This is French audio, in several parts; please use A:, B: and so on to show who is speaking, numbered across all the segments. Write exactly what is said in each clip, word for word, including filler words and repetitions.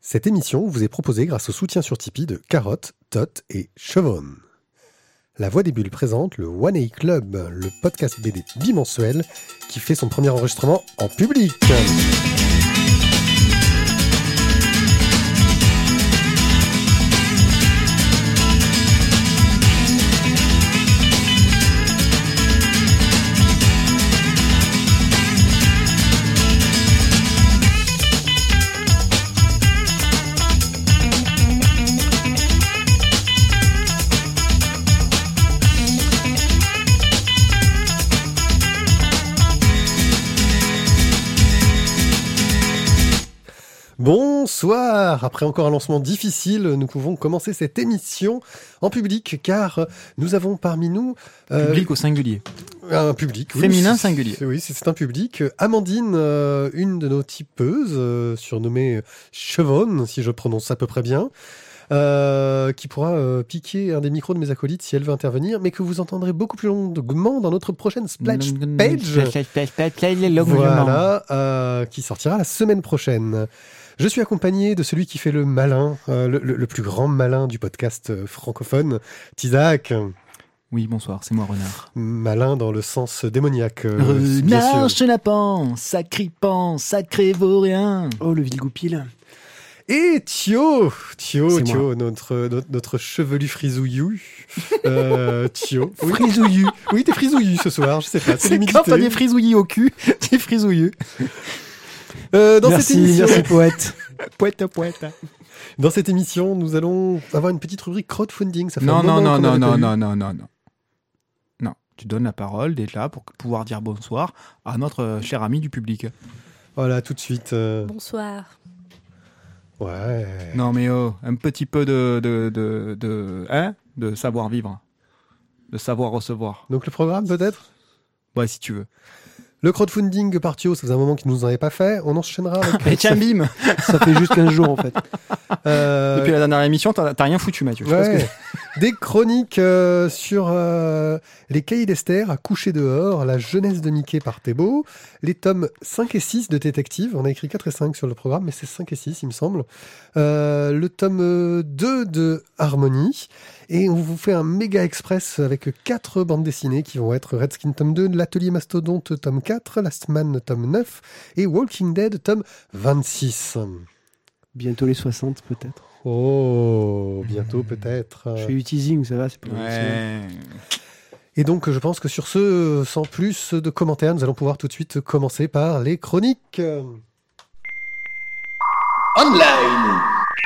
A: Cette émission vous est proposée grâce au soutien sur Tipeee de Carotte, Tot et Chevron. La Voix des Bulles présente le One A Club, le podcast B D bimensuel qui fait son premier enregistrement en public. Bonsoir. Après encore un lancement difficile, nous pouvons commencer cette émission en public car nous avons parmi nous...
B: Euh, public au singulier.
A: Un public. Oui,
B: Féminin
A: c'est,
B: singulier.
A: C'est, oui, c'est, c'est un public. Amandine, euh, une de nos tipeuses, euh, surnommée Chevron, si je prononce à peu près bien, euh, qui pourra euh, piquer un des micros de mes acolytes si elle veut intervenir, mais que vous entendrez beaucoup plus longuement dans notre prochaine splash page. Voilà, euh, qui sortira la semaine prochaine. Je suis accompagné de celui qui fait le malin, euh, le, le, le plus grand malin du podcast euh, francophone, Tizak.
B: Oui, bonsoir, c'est moi, Renard.
A: Malin dans le sens démoniaque. Euh,
B: Renard chenapan, sacripant, sacré vaurien.
C: Oh, le Vilgoupil.
A: Et Thio, Thio, Thio, notre, notre, notre chevelu frisouillou. Euh, Thio.
C: Oui. Frisouillu.
A: Oui, t'es frisouillu ce soir, je sais pas.
B: C'est, c'est quand t'as des frisouillis au cul, t'es frisouillu.
A: Euh, dans
C: merci,
A: cette émission...
C: merci poète.
B: Poète, poète.
A: Dans cette émission, nous allons avoir une petite rubrique crowdfunding. Ça fait
B: non,
A: un
B: non, non, non, non,
A: non,
B: non, non, non. Non, tu donnes la parole d'être là pour pouvoir dire bonsoir à notre cher ami du public.
A: Voilà, tout de suite. Euh...
D: Bonsoir.
A: Ouais.
B: Non, mais oh, un petit peu de, de, de, de, hein, de savoir-vivre, de savoir-recevoir.
A: Donc le programme, peut-être ?
B: Ouais, si tu veux.
A: Le crowdfunding par Thio, ça faisait un moment qu'il ne nous en avait pas fait. On enchaînera avec...
B: Et tiens, bim.
C: Ça fait juste quinze jours, en fait.
B: Euh... Depuis la dernière émission, t'as, t'as rien foutu, Mathieu.
A: Ouais.
B: Que...
A: Des chroniques euh, sur euh, les cahiers d'Esther à coucher dehors, la jeunesse de Mickey par Thébault, les tomes cinq et six de Détective. On a écrit quatre et cinq sur le programme, mais c'est cinq et six, il me semble. Euh, le tome deux de Harmonie. Et on vous fait un méga express avec quatre bandes dessinées qui vont être Redskin tome deux, L'Atelier Mastodonte tome quatre, Last Man tome neuf et Walking Dead tome vingt-six.
C: Bientôt les soixante peut-être.
A: Oh, bientôt peut-être.
C: Je fais du teasing, ça va, c'est pas
B: ouais.
A: Et donc je pense que sur ce, sans plus de commentaires, nous allons pouvoir tout de suite commencer par les chroniques. Online.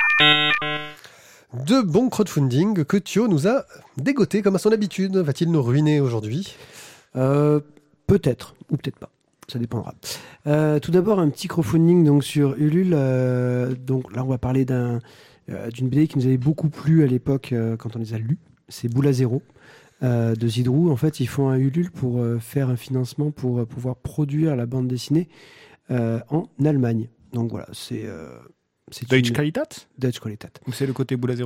A: De bons crowdfunding que Thio nous a dégoté comme à son habitude. Va-t-il nous ruiner aujourd'hui ?
C: euh, Peut-être, ou peut-être pas. Ça dépendra. Euh, tout d'abord, un petit crowdfunding donc, sur Ulule. Euh, donc là, on va parler d'un, euh, d'une B D qui nous avait beaucoup plu à l'époque euh, quand on les a lus. C'est Boule à zéro euh, de Zidrou. En fait, ils font un Ulule pour euh, faire un financement pour euh, pouvoir produire la bande dessinée euh, en Allemagne. Donc voilà, c'est... Euh,
B: C'est Deutsche une... Qualität
C: Deutsche Qualität.
B: Ou c'est le côté boule à zéro ?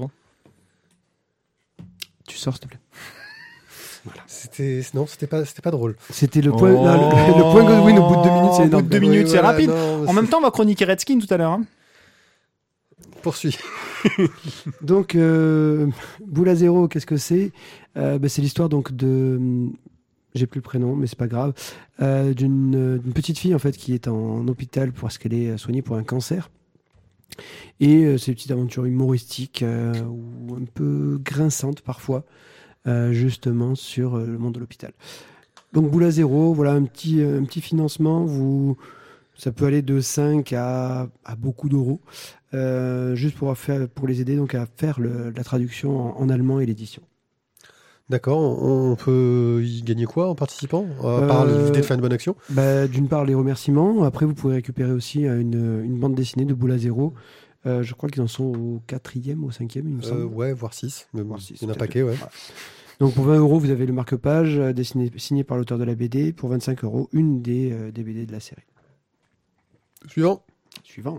C: Tu sors, s'il te plaît.
A: Voilà. C'était... Non, c'était pas, c'était pas drôle.
C: C'était le point, oh là, le, le point Godwin au bout de deux minutes, c'est énorme.
B: Au bout de deux minutes, oui, c'est voilà, rapide.
A: Non,
B: en c'est... même temps, on va chroniquer Redskin tout à l'heure. Hein.
A: Poursuis.
C: Donc, euh, Boule à zéro, qu'est-ce que c'est ? euh, bah, C'est l'histoire donc de... J'ai plus le prénom, mais c'est pas grave. Euh, d'une, d'une petite fille, en fait, qui est en hôpital parce qu'elle est soignée pour un cancer. Et euh, c'est une petite aventure humoristique euh, ou un peu grinçante parfois, euh, justement sur euh, le monde de l'hôpital. Donc Boule à zéro, voilà un petit, un petit financement, vous, ça peut aller de cinq à, à beaucoup d'euros, euh, juste pour, faire, pour les aider donc, à faire le, la traduction en, en allemand et l'édition.
A: D'accord, on peut y gagner quoi en participant à part
C: euh,
A: l'idée de faire une bonne action ?
C: bah, d'une part les remerciements, après vous pouvez récupérer aussi une, une bande dessinée de Boule à zéro. Euh, je crois qu'ils en sont au quatrième ou au cinquième, il me semble.
A: Euh, ouais, voire six. Mais
C: voire six,
A: il y en a un paquet, ouais.
C: Voilà. Donc pour vingt euros, vous avez le marque-page euh, dessiné, signé par l'auteur de la B D. Pour vingt-cinq euros, une des, euh, des B D de la série.
A: Suivant.
C: Suivant.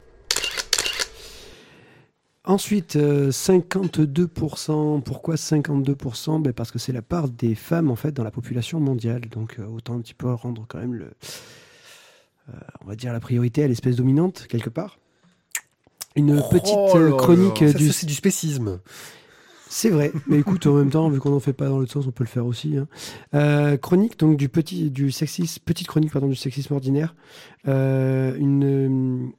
C: Ensuite, euh, cinquante-deux pour cent. Pourquoi cinquante-deux pour cent ? Ben parce que c'est la part des femmes en fait dans la population mondiale. Donc euh, autant un petit peu rendre quand même le, euh, on va dire la priorité à l'espèce dominante quelque part. une
B: Oh
C: petite
B: là
C: euh,
B: là.
C: chronique euh,
A: Ça,
C: du...
A: ça, c'est du spécisme.
C: C'est vrai, mais écoute, en même temps, vu qu'on n'en fait pas dans l'autre sens, on peut le faire aussi. Hein. Euh, chronique donc du petit, du sexisme, petite chronique pardon du sexisme ordinaire, euh, une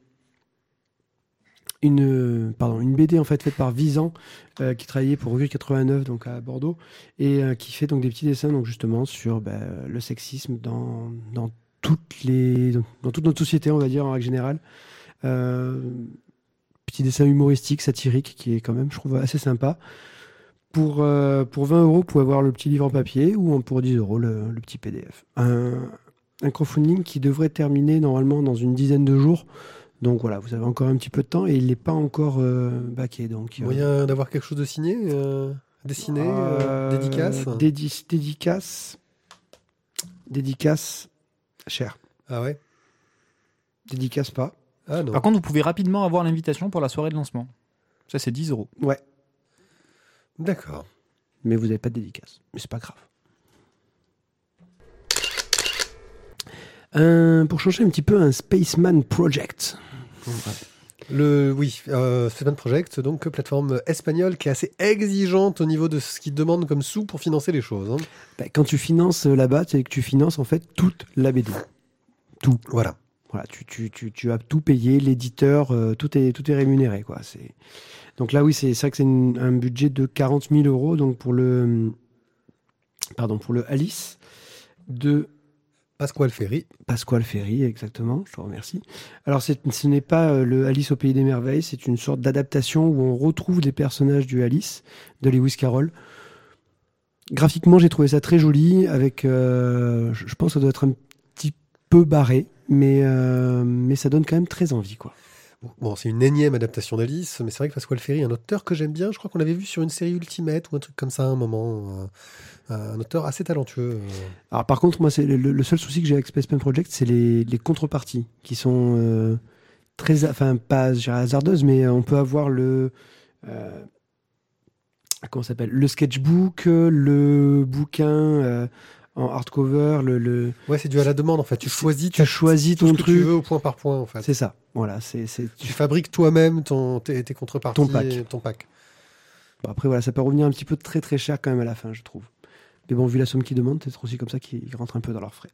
C: une pardon une B D en fait faite par Visan euh, qui travaillait pour Revue quatre-vingt-neuf donc à Bordeaux et euh, qui fait donc des petits dessins donc justement sur bah, le sexisme dans dans toutes les dans toute notre société on va dire en règle générale. Euh, petit dessin humoristique, satirique qui est quand même je trouve assez sympa. Pour, euh, pour vingt euros, vous pouvez avoir le petit livre en papier ou pour dix euros le, le petit P D F. Un, un crowdfunding qui devrait terminer normalement dans une dizaine de jours. Donc voilà, vous avez encore un petit peu de temps et il n'est pas encore euh, baqué. Donc, euh,
A: Moyen d'avoir quelque chose de signé, euh, dessiné, euh,
C: euh,
A: dédicace.
C: dédi- dédicace. Dédicace. Cher.
A: Ah ouais.
C: Dédicace pas.
A: Ah non.
B: Par contre, vous pouvez rapidement avoir l'invitation pour la soirée de lancement. Ça, c'est dix euros.
C: Ouais.
A: D'accord.
C: Mais vous n'avez pas de dédicace. Mais c'est pas grave. Un- pour changer un petit peu, un Spaceman Project.
A: Le, oui, euh, Spaceman Project, donc plateforme espagnole qui est assez exigeante au niveau de ce qu'ils demandent comme sous pour financer les choses. Hein.
C: Ben, quand tu finances là-bas, c'est que tu finances en fait toute la B D. Tout.
A: Voilà.
C: Voilà, tu, tu, tu, tu as tout payé, l'éditeur, euh, tout, est, tout est rémunéré. Quoi. C'est... Donc là, oui, c'est, c'est vrai que c'est une- un budget de quarante mille euros donc pour, le, pardon, pour le Alice de
A: Pasquale Ferry.
C: Pasquale Ferry, exactement, je te remercie. Alors, c'est, ce n'est pas euh, le Alice au Pays des Merveilles, c'est une sorte d'adaptation où on retrouve les personnages du Alice, de Lewis Carroll. Graphiquement, j'ai trouvé ça très joli, avec, euh, je je pense que ça doit être un petit peu barré, mais, euh, mais ça donne quand même très envie, quoi.
A: Bon, c'est une énième adaptation d'Alice, mais c'est vrai que Pasquale Ferry est un auteur que j'aime bien. Je crois qu'on l'avait vu sur une série Ultimate ou un truc comme ça à un moment. Euh, un auteur assez talentueux. euh.
C: Alors, par contre, moi, c'est le, le seul souci que j'ai avec Spaceman Project, c'est les, les contreparties, qui sont euh, très, enfin, pas je dirais, hasardeuses, mais on peut avoir le... Euh, comment ça s'appelle, le sketchbook, le bouquin euh, en hardcover, le, le
A: Ouais, c'est dû à la demande en fait. Tu choisis,
C: tu choisis
A: tout
C: ton
A: ce que
C: truc.
A: tu veux au point par point en fait.
C: C'est ça. Voilà, c'est c'est
A: Tu fabriques toi-même ton, tes, tes contreparties,
C: Ton pack.
A: et ton pack.
C: Bon, après voilà, ça peut revenir un petit peu très très cher quand même à la fin, je trouve. Mais bon, vu la somme qu'ils demandent, c'est aussi comme ça qu'ils rentrent un peu dans leurs frais.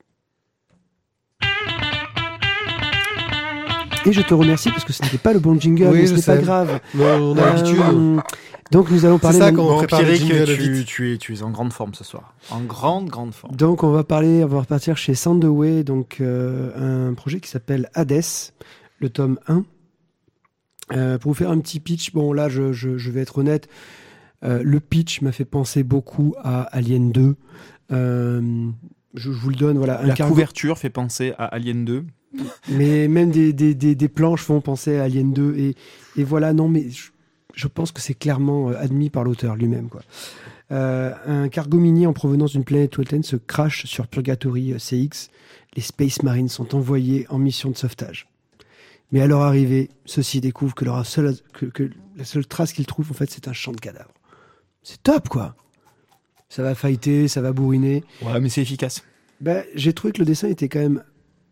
C: Et je te remercie parce que ce n'était pas le bon jingle,
A: Oui,
C: mais
A: je
C: ce n'est pas
A: sais.
C: grave.
A: Mais on a l'habitude.
C: Euh, donc nous allons parler.
A: ça
C: maintenant-
A: quand on
B: Bon,
A: prépare les
B: Pierrick,
A: jingles
B: tu,
A: vite.
B: tu, es, tu es en grande forme ce soir. En grande, grande forme.
C: Donc on va parler, on va repartir chez Sandaway, donc euh, un projet qui s'appelle Hades, le tome un. Euh, pour vous faire un petit pitch, bon là je, je, je vais être honnête, euh, le pitch m'a fait penser beaucoup à Alien deux. Euh, je, je vous le donne, voilà. Un
B: La
C: cargo-
B: couverture fait penser à Alien deux.
C: Mais même des, des, des, des planches font penser à Alien deux. Et, et voilà, non, mais je, je pense que c'est clairement euh, admis par l'auteur lui-même, quoi. Euh, un cargo minier en provenance d'une planète lointaine se crache sur Purgatory euh, C X. Les Space Marines sont envoyés en mission de sauvetage. Mais à leur arrivée, ceux-ci découvrent que, leur seule, que, que la seule trace qu'ils trouvent, en fait, c'est un champ de cadavres. C'est top, quoi. Ça va fighter, ça va bourriner.
B: Ouais, mais c'est efficace.
C: Ben, j'ai trouvé que le dessin était quand même...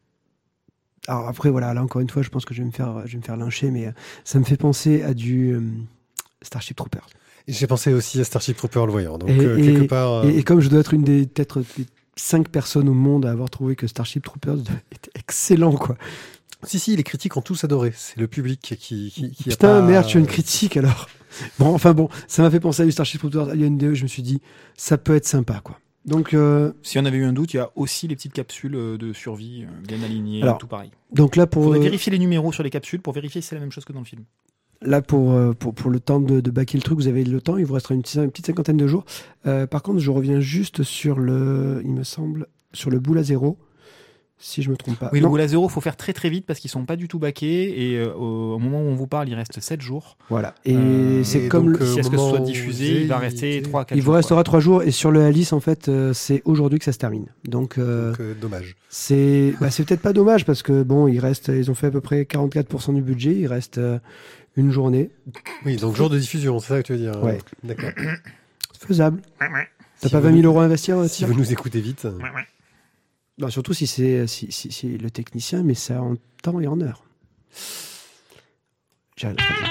C: Alors après, voilà, là encore une fois, je pense que je vais me faire, je vais me faire lyncher, mais euh, ça me fait penser à du euh, Starship Troopers.
A: J'ai pensé aussi à Starship Trooper en le voyant. Donc,
C: Et-
A: euh,
C: et-
A: quelque part. euh,
C: Et, et comme je dois être une des peut-être des cinq personnes au monde à avoir trouvé que Starship Troopers était excellent, quoi.
A: Si, si, les critiques ont tous adoré. C'est le public qui. qui, qui a
C: Putain,
A: pas-
C: merde, tu as une critique alors. Bon, enfin bon, ça m'a fait penser à du Starship Troopers Alien deux. Je me suis dit, ça peut être sympa, quoi. Donc, euh,
B: Si on avait eu un doute, il y a aussi les petites capsules euh, de survie euh, bien alignées,
C: Alors,
B: tout pareil.
C: donc là
B: Il
C: pour
B: faudrait
C: euh,
B: vérifier les numéros sur les capsules pour vérifier si c'est la même chose que dans le film.
C: là pour, euh, pour pour le temps de, de baquer le truc, vous avez le temps. Il vous restera une, petite- une petite cinquantaine de jours. Euh, par contre, je reviens juste sur le, il me semble, sur le boule à zéro, si je me trompe pas.
B: Oui, le
C: Non,
B: boule à zéro, il faut faire très très vite parce qu'ils sont pas du tout baqués et euh, au, au moment où on vous parle, il reste sept jours.
C: voilà. Et
B: Euh,
C: c'est
A: et
C: comme
A: donc,
C: le-
A: euh,
B: Si
A: au
B: est-ce que ce
A: moment
B: soit
A: où
B: diffusé, il va
A: vous
B: rester
A: êtes-
B: trois à quatre
C: il
B: jours.
C: vous restera
B: quoi.
C: trois jours et sur le Alice en fait euh, c'est aujourd'hui que ça se termine. Donc, euh,
A: Donc, euh, dommage.
C: c'est bah, c'est peut-être pas dommage parce que bon il reste ils ont fait à peu près quarante-quatre pour cent du budget, il reste euh, une journée
A: Oui, donc jour de diffusion, c'est ça que tu veux dire.
C: Ouais.
A: D'accord.
C: c'est faisable. T'as
A: Si
C: pas
A: vous
C: vingt mille
A: nous-
C: euros à investir euh,
A: Si
C: Thierry
A: vous nous écoutez vite.
C: Non, surtout si c'est si, si, si le technicien mais ça en temps et en heure. J'y arrive très bien.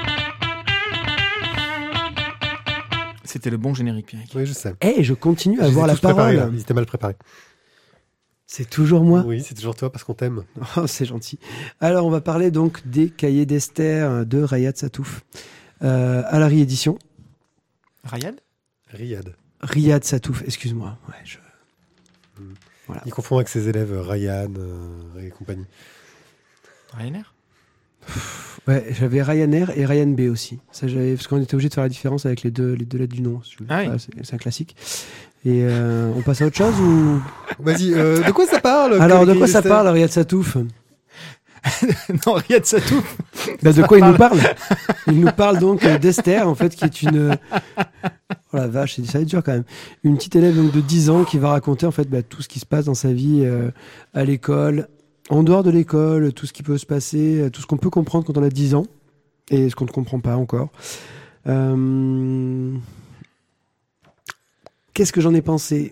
B: C'était le bon générique, Pierrick.
A: Oui, je sais.
C: Eh, je continue à
A: Je les ai
C: avoir la
A: tous préparés,
C: parole.
A: là. Ils étaient mal préparés.
C: C'est toujours moi.
A: Oui, c'est toujours toi parce qu'on t'aime.
C: Oh, c'est gentil. Alors, on va parler donc des cahiers d'Esther de Riyad Satouf. Euh, à la réédition.
B: Riyad
A: Riyad.
C: Riyad Satouf, excuse-moi. Ouais, je...
A: Il confond avec ses élèves Ryan euh, et compagnie.
B: Ryanair
C: Ouais, j'avais Ryanair et Ryan B aussi. Ça, j'avais... Parce qu'on était obligé de faire la différence avec les deux, les deux lettres du nom. Si tu veux.
B: Ah oui.
C: Voilà, c'est, c'est un classique. Et euh, on passe à autre chose ou...
A: Vas-y, euh, de quoi ça parle
C: Alors,
A: que-
C: de
A: que-
C: quoi ça
A: que-
C: parle, Riyad Satouf?
B: Non, Riyad Satouf.
C: Bah, de quoi il nous parle? Il nous parle donc euh, d'Esther, en fait, qui est une... Oh la vache, c'est- ça va être dur quand même. Une petite élève donc, de dix ans qui va raconter en fait bah, tout ce qui se passe dans sa vie euh, à l'école, en dehors de l'école, tout ce qui peut se passer, euh, tout ce qu'on peut comprendre quand on a dix ans et ce qu'on ne comprend pas encore. Euh... Qu'est-ce que j'en ai pensé?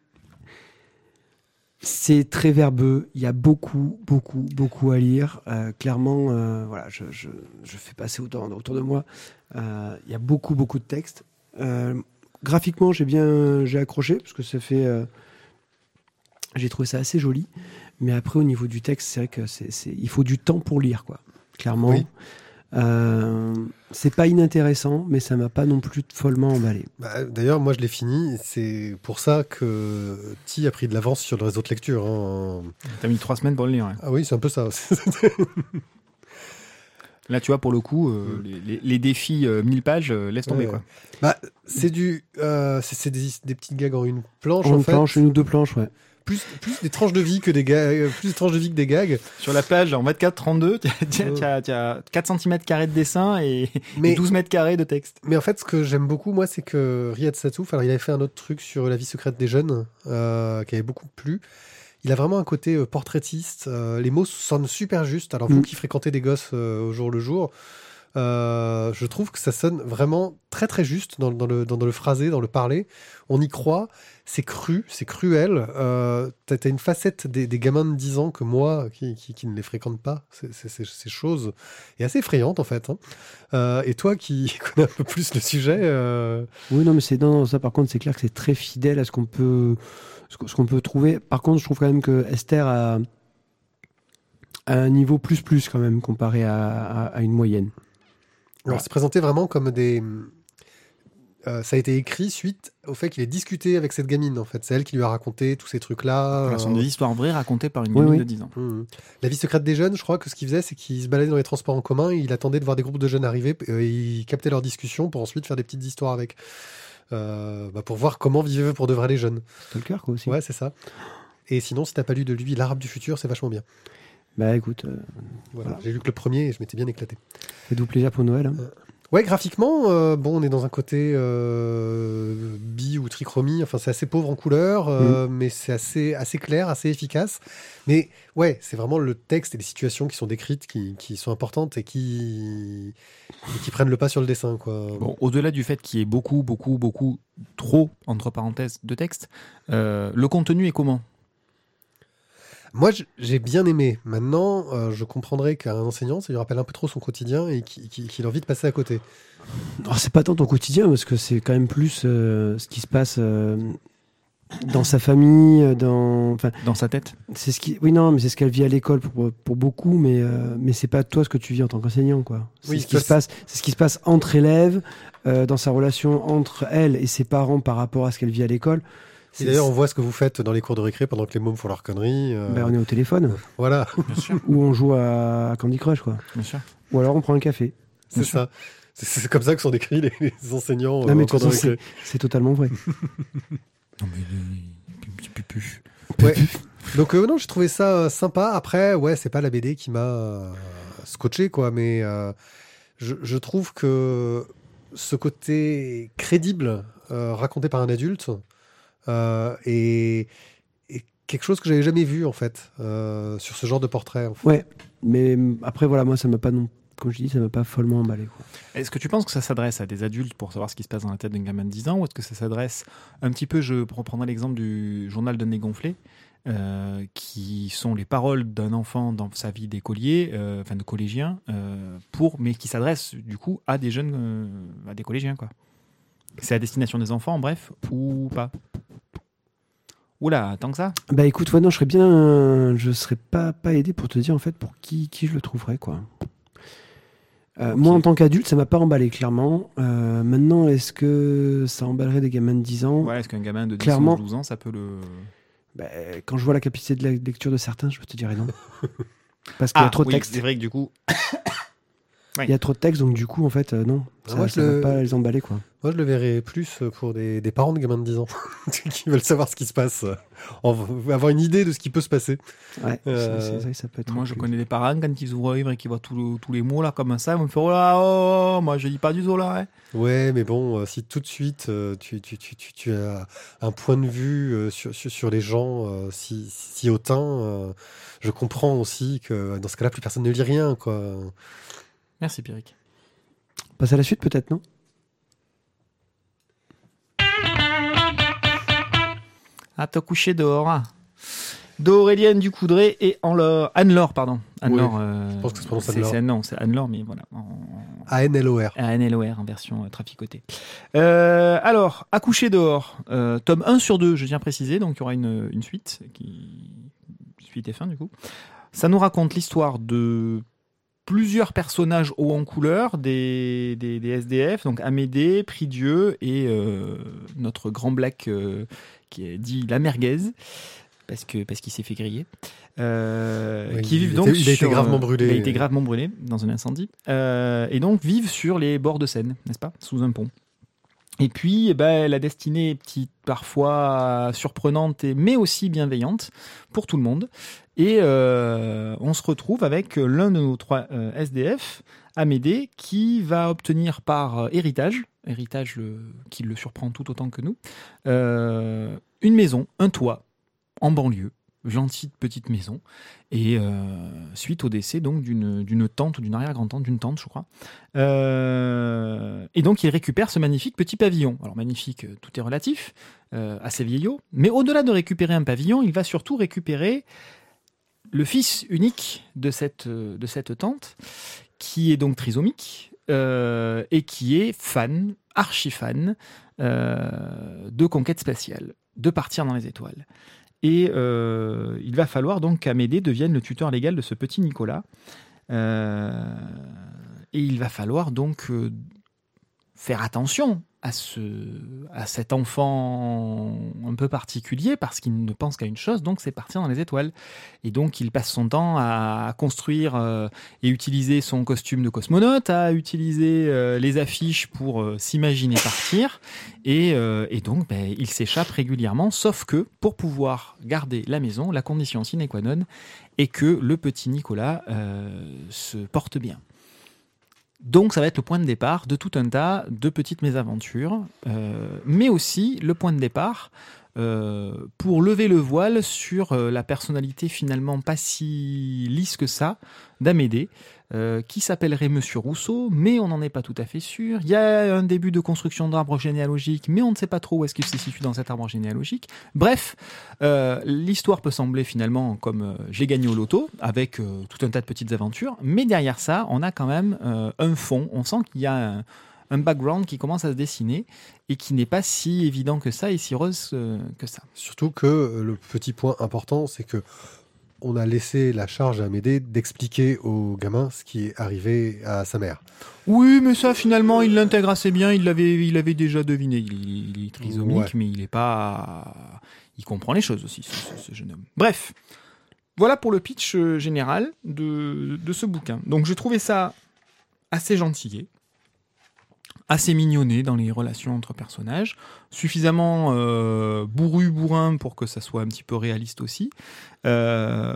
C: C'est très verbeux, il y a beaucoup, beaucoup, beaucoup à lire. Euh, clairement, euh, voilà, je, je, je fais passer autant autour de moi. Euh, il y a beaucoup, beaucoup de textes. Euh, graphiquement, j'ai bien, j'ai accroché parce que ça fait, euh, j'ai trouvé ça assez joli. Mais après, au niveau du texte, c'est vrai que c'est, c'est, il faut du temps pour lire, quoi. Clairement.
A: Oui.
C: Euh, c'est pas inintéressant, mais ça m'a pas non plus follement emballé.
A: Bah, d'ailleurs, moi, je l'ai fini. C'est pour ça que Ti a pris de l'avance sur les autres lectures. hein.
B: T'as mis trois semaines pour le lire. Ouais.
A: Ah oui, c'est un peu ça.
B: Là, tu vois, pour le coup, euh, les, les- les défis euh, mille pages, euh, laisse tomber.
A: Ouais.
B: Quoi.
A: Bah, c'est du, euh, c'est, c'est des, des petites gags en une planche
C: En
A: en
C: une
A: fait.
C: planche, une ou deux planches, ouais.
A: Plus, plus des tranches de vie que des gags, plus des tranches de vie que des gags.
B: Sur la page, en vingt-quatre trente-deux, tu
A: Ouais.
B: as quatre centimètres carrés de dessin et,
A: Mais-
B: et douze mètres carrés de texte.
A: Mais en fait, ce que j'aime beaucoup, moi, c'est que Riyad Satouf, alors il avait fait un autre truc sur la vie secrète des jeunes, euh, qui avait beaucoup plu. Il a vraiment un côté euh, portraitiste. euh, les mots sonnent super justes. Alors, vous
C: Mm.
A: qui fréquentez des gosses euh, au jour le jour, euh, je trouve que ça sonne vraiment très très juste dans, dans le, dans, dans le phrasé, dans le parler. On y croit. C'est cru, c'est cruel. Euh, t'as, t'as une facette des, des gamins de dix ans que moi, qui, qui, qui ne les fréquente pas, c'est, c'est, c'est, ces choses est assez effrayante en fait. hein. Euh, et toi qui connais un peu plus le sujet, euh,
C: Oui, non, mais c'est non, non, ça par contre, c'est clair que c'est très fidèle à ce qu'on peut, ce qu'on- ce qu'on peut trouver. Par contre, je trouve quand même que Esther a, a un niveau plus plus quand même comparé à, à, à une moyenne.
A: alors c'est présenté vraiment comme des. euh, ça a été écrit suite au fait qu'il ait discuté avec cette gamine en fait. C'est elle qui lui a raconté tous ces trucs-là.
B: Voilà, ce sont
A: euh,
B: des histoires vraies racontées par une
C: Oui,
B: gamine
C: oui.
B: de dix ans.
A: Mhm. La vie secrète des jeunes, je crois que ce qu'il faisait, c'est qu'il se baladait dans les transports en commun, et il attendait de voir des groupes de jeunes arriver, euh, et il captait leurs discussions pour ensuite faire des petites histoires avec. Euh, bah, pour voir comment vivaient pour de vrai les jeunes.
C: C'est le cœur, quoi, aussi.
A: Ouais, c'est ça. Et sinon, si t'as pas lu de lui L'Arabe du futur, c'est vachement bien.
C: Bah écoute, euh,
A: Voilà.
C: Voilà.
A: J'ai lu que le premier et je m'étais bien éclaté.
C: fais-nous plaisir pour Noël. hein.
A: Ouais, graphiquement, euh, bon, on est dans un côté euh, bi ou trichromie. Enfin, c'est assez pauvre en couleurs, euh, mais c'est assez, assez clair, assez efficace. Mais ouais, c'est vraiment le texte et les situations qui sont décrites qui, qui sont importantes et qui, et qui prennent le pas sur le dessin, quoi.
B: Bon, au-delà du fait qu'il y ait beaucoup, beaucoup, beaucoup, trop, entre parenthèses, de texte, euh, le contenu est comment?
A: Moi, j- j'ai bien aimé. Maintenant, euh, je comprendrais qu'à un enseignant, ça lui rappelle un peu trop son quotidien et qu'il qu'il- qu'il a envie de passer à côté.
C: Alors, c'est pas tant ton quotidien, parce que c'est quand même plus euh, ce qui se passe euh, dans sa famille, dans. Enfin,
B: Dans sa tête?
C: c'est ce qui. Oui, non, mais c'est ce qu'elle vit à l'école pour, pour beaucoup, mais euh, mais c'est pas toi ce que tu vis en tant qu'enseignant, quoi. C'est
A: Oui,
C: ce qui
A: toi,
C: se passe. C'est ce qui se passe entre élèves, euh, dans sa relation entre elle et ses parents par rapport à ce qu'elle vit à l'école.
A: Et
C: C'est-
A: d'ailleurs, on voit ce que vous faites dans les cours de récré pendant que les mômes font leurs conneries. euh,
C: Ben, on est au téléphone
A: Voilà,
B: Bien sûr,
C: ou on joue à Candy Crush, quoi.
B: bien sûr.
C: Ou alors on prend un café.
A: c'est
B: Bien sûr.
A: ça. C'est- C'est comme ça que sont décrits les, les enseignants
C: Non,
A: euh,
C: mais
A: en
C: de
A: cours
C: toute
A: de
C: façon,
A: récré.
C: C'est totalement vrai.
B: Non, mais un petit pupu.
A: Ouais. Donc euh, non, j'ai trouvé ça euh, sympa. Après, ouais, c'est pas la B D qui m'a euh, scotché, quoi, mais euh, je, je trouve que ce côté crédible euh, raconté par un adulte euh, est, est quelque chose que j'avais jamais vu en fait euh, sur ce genre de portrait. En fait.
C: Ouais, mais hum, après, voilà, moi, ça m'a pas non. Comme je dis, ça m'a pas follement emballé, quoi.
B: Est-ce que tu penses que ça s'adresse à des adultes pour savoir ce qui se passe dans la tête d'un gamin de dix ans, ou est-ce que ça s'adresse un petit peu, je reprendrai l'exemple du journal de Nez gonflé, euh, qui sont les paroles d'un enfant dans sa vie d'écolier, euh, enfin de collégien, euh, pour, mais qui s'adressent du coup à des jeunes, euh, à des collégiens, quoi. C'est à destination des enfants, bref, ou pas. Oula, tant que ça.
C: Bah écoute, ouais, non, je serais bien, je serais pas pas aidé pour te dire en fait pour qui qui je le trouverais, quoi. Euh,
B: Ok.
C: Moi, en tant qu'adulte, ça m'a pas emballé, clairement. Euh, maintenant, est-ce que ça emballerait des gamins de dix ans?
B: Ouais, est-ce qu'un gamin de dix
C: Clairement.
B: ou douze ans, ça peut le...
C: Bah, quand je vois la capacité de la lecture de certains, je te dirais non. Parce qu'il y a trop de
B: oui,
C: texte.
B: c'est vrai que du coup...
C: Il y a trop de texte, donc du coup, en fait, euh, non.
A: Ah,
C: Ça,
A: moi, je
C: ça
A: le-
C: va pas les emballer, quoi.
A: Moi, je le verrais plus pour des, des parents de gamins de dix ans qui veulent savoir ce qui se passe, en- avoir une idée de ce qui peut se passer.
C: Ouais,
A: Euh,
C: c'est- c'est vrai que ça peut être.
B: Moi, je
C: plus-
B: connais des parents, quand ils ouvrent un livre et qu'ils voient tous le- tous les mots là comme ça, ils vont me faire « Oh là, oh, oh, moi je lis pas du tout là. Hein. »
A: Ouais, mais bon, euh, si tout de suite euh, tu, tu, tu, tu, tu as un point de vue euh, sur, sur, sur les gens euh, si, si hautain, euh, je comprends aussi que dans ce cas-là, plus personne ne lit rien, quoi.
B: Merci Pierrick.
C: On passe à la suite, peut-être, non?
B: À te coucher dehors. D'Aurélienne Ducoudray et Anne-Laure, Anne-Laure, pardon. Anne-Laure, euh,
A: je pense que ça se prononce
B: c'est-
A: Anne-Laure.
B: c'est- Non, c'est Anne-Laure, mais voilà. En,
A: A N L O R.
B: A N L O R en version euh, traficotée. Euh, alors, À coucher dehors, euh, tome un sur deux, je tiens à préciser, donc il y aura une, une suite, qui suite et fin du coup. Ça nous raconte l'histoire de plusieurs personnages hauts en couleur, des, des, des S D F, donc Amédée, Pridieu et euh, notre grand black euh, qui est dit la merguez, parce que parce qu'il s'est fait griller. Euh,
A: Oui,
B: qui
A: il
B: vivent
A: était-
B: donc
A: il a été
B: sur,
A: gravement
B: euh,
A: brûlé.
B: Il a été gravement brûlé dans un incendie. Euh, et donc vivent sur les bords de Seine, n'est-ce pas, sous un pont. Et puis, eh ben, la destinée est petite, parfois surprenante, et, mais aussi bienveillante pour tout le monde. Et euh, on se retrouve avec l'un de nos trois euh, S D F, Amédée, qui va obtenir par euh, héritage, héritage le, qui le surprend tout autant que nous, euh, une maison, un toit, en banlieue, gentille petite maison, et euh, suite au décès donc d'une d'une tante ou d'une arrière-grand-tante, d'une tante je crois. Euh, et donc il récupère ce magnifique petit pavillon. Alors magnifique, tout est relatif, euh, assez vieillot, mais au-delà de récupérer un pavillon, il va surtout récupérer le fils unique de cette, de cette tante, qui est donc trisomique, euh, et qui est fan, archi-fan, euh, de conquête spatiale, de partir dans les étoiles. Et euh, il va falloir donc qu'Amédée devienne le tuteur légal de ce petit Nicolas. Euh, et il va falloir donc euh, faire attention à, ce, à cet enfant un peu particulier, parce qu'il ne pense qu'à une chose, donc c'est partir dans les étoiles. Et donc il passe son temps à construire euh, et utiliser son costume de cosmonaute, à utiliser euh, les affiches pour euh, s'imaginer partir. Et, euh, et donc ben, il s'échappe régulièrement, sauf que pour pouvoir garder la maison, la condition sine qua non est que le petit Nicolas euh, se porte bien. Donc ça va être le point de départ de tout un tas de petites mésaventures, euh, mais aussi le point de départ euh, pour lever le voile sur euh, la personnalité finalement pas si lisse que ça d'Amédée, euh, qui s'appellerait Monsieur Rousseau, mais on n'en est pas tout à fait sûr. Il y a un début de construction d'arbre généalogique, mais on ne sait pas trop où est-ce qu'il se situe dans cet arbre généalogique. Bref, euh, l'histoire peut sembler finalement comme euh, j'ai gagné au loto, avec euh, tout un tas de petites aventures, mais derrière ça, on a quand même euh, un fond. On sent qu'il y a un, un background qui commence à se dessiner et qui n'est pas si évident que ça et si rose euh, que ça.
A: Surtout que euh, le petit point important, c'est que on a laissé la charge à Amédée d'expliquer au gamin ce qui est arrivé à sa mère.
B: Oui, mais ça, finalement, il l'intègre assez bien. Il l'avait, il avait déjà deviné. Il, il est trisomique,
A: Ouais.
B: mais il est pas. Il comprend les choses aussi, ce, ce- ce jeune homme. Bref, voilà pour le pitch euh, général de, de ce bouquin. Donc, j'ai trouvé ça assez gentillé, assez mignonné dans les relations entre personnages, suffisamment euh, bourru, bourrin pour que ça soit un petit peu réaliste aussi. Euh,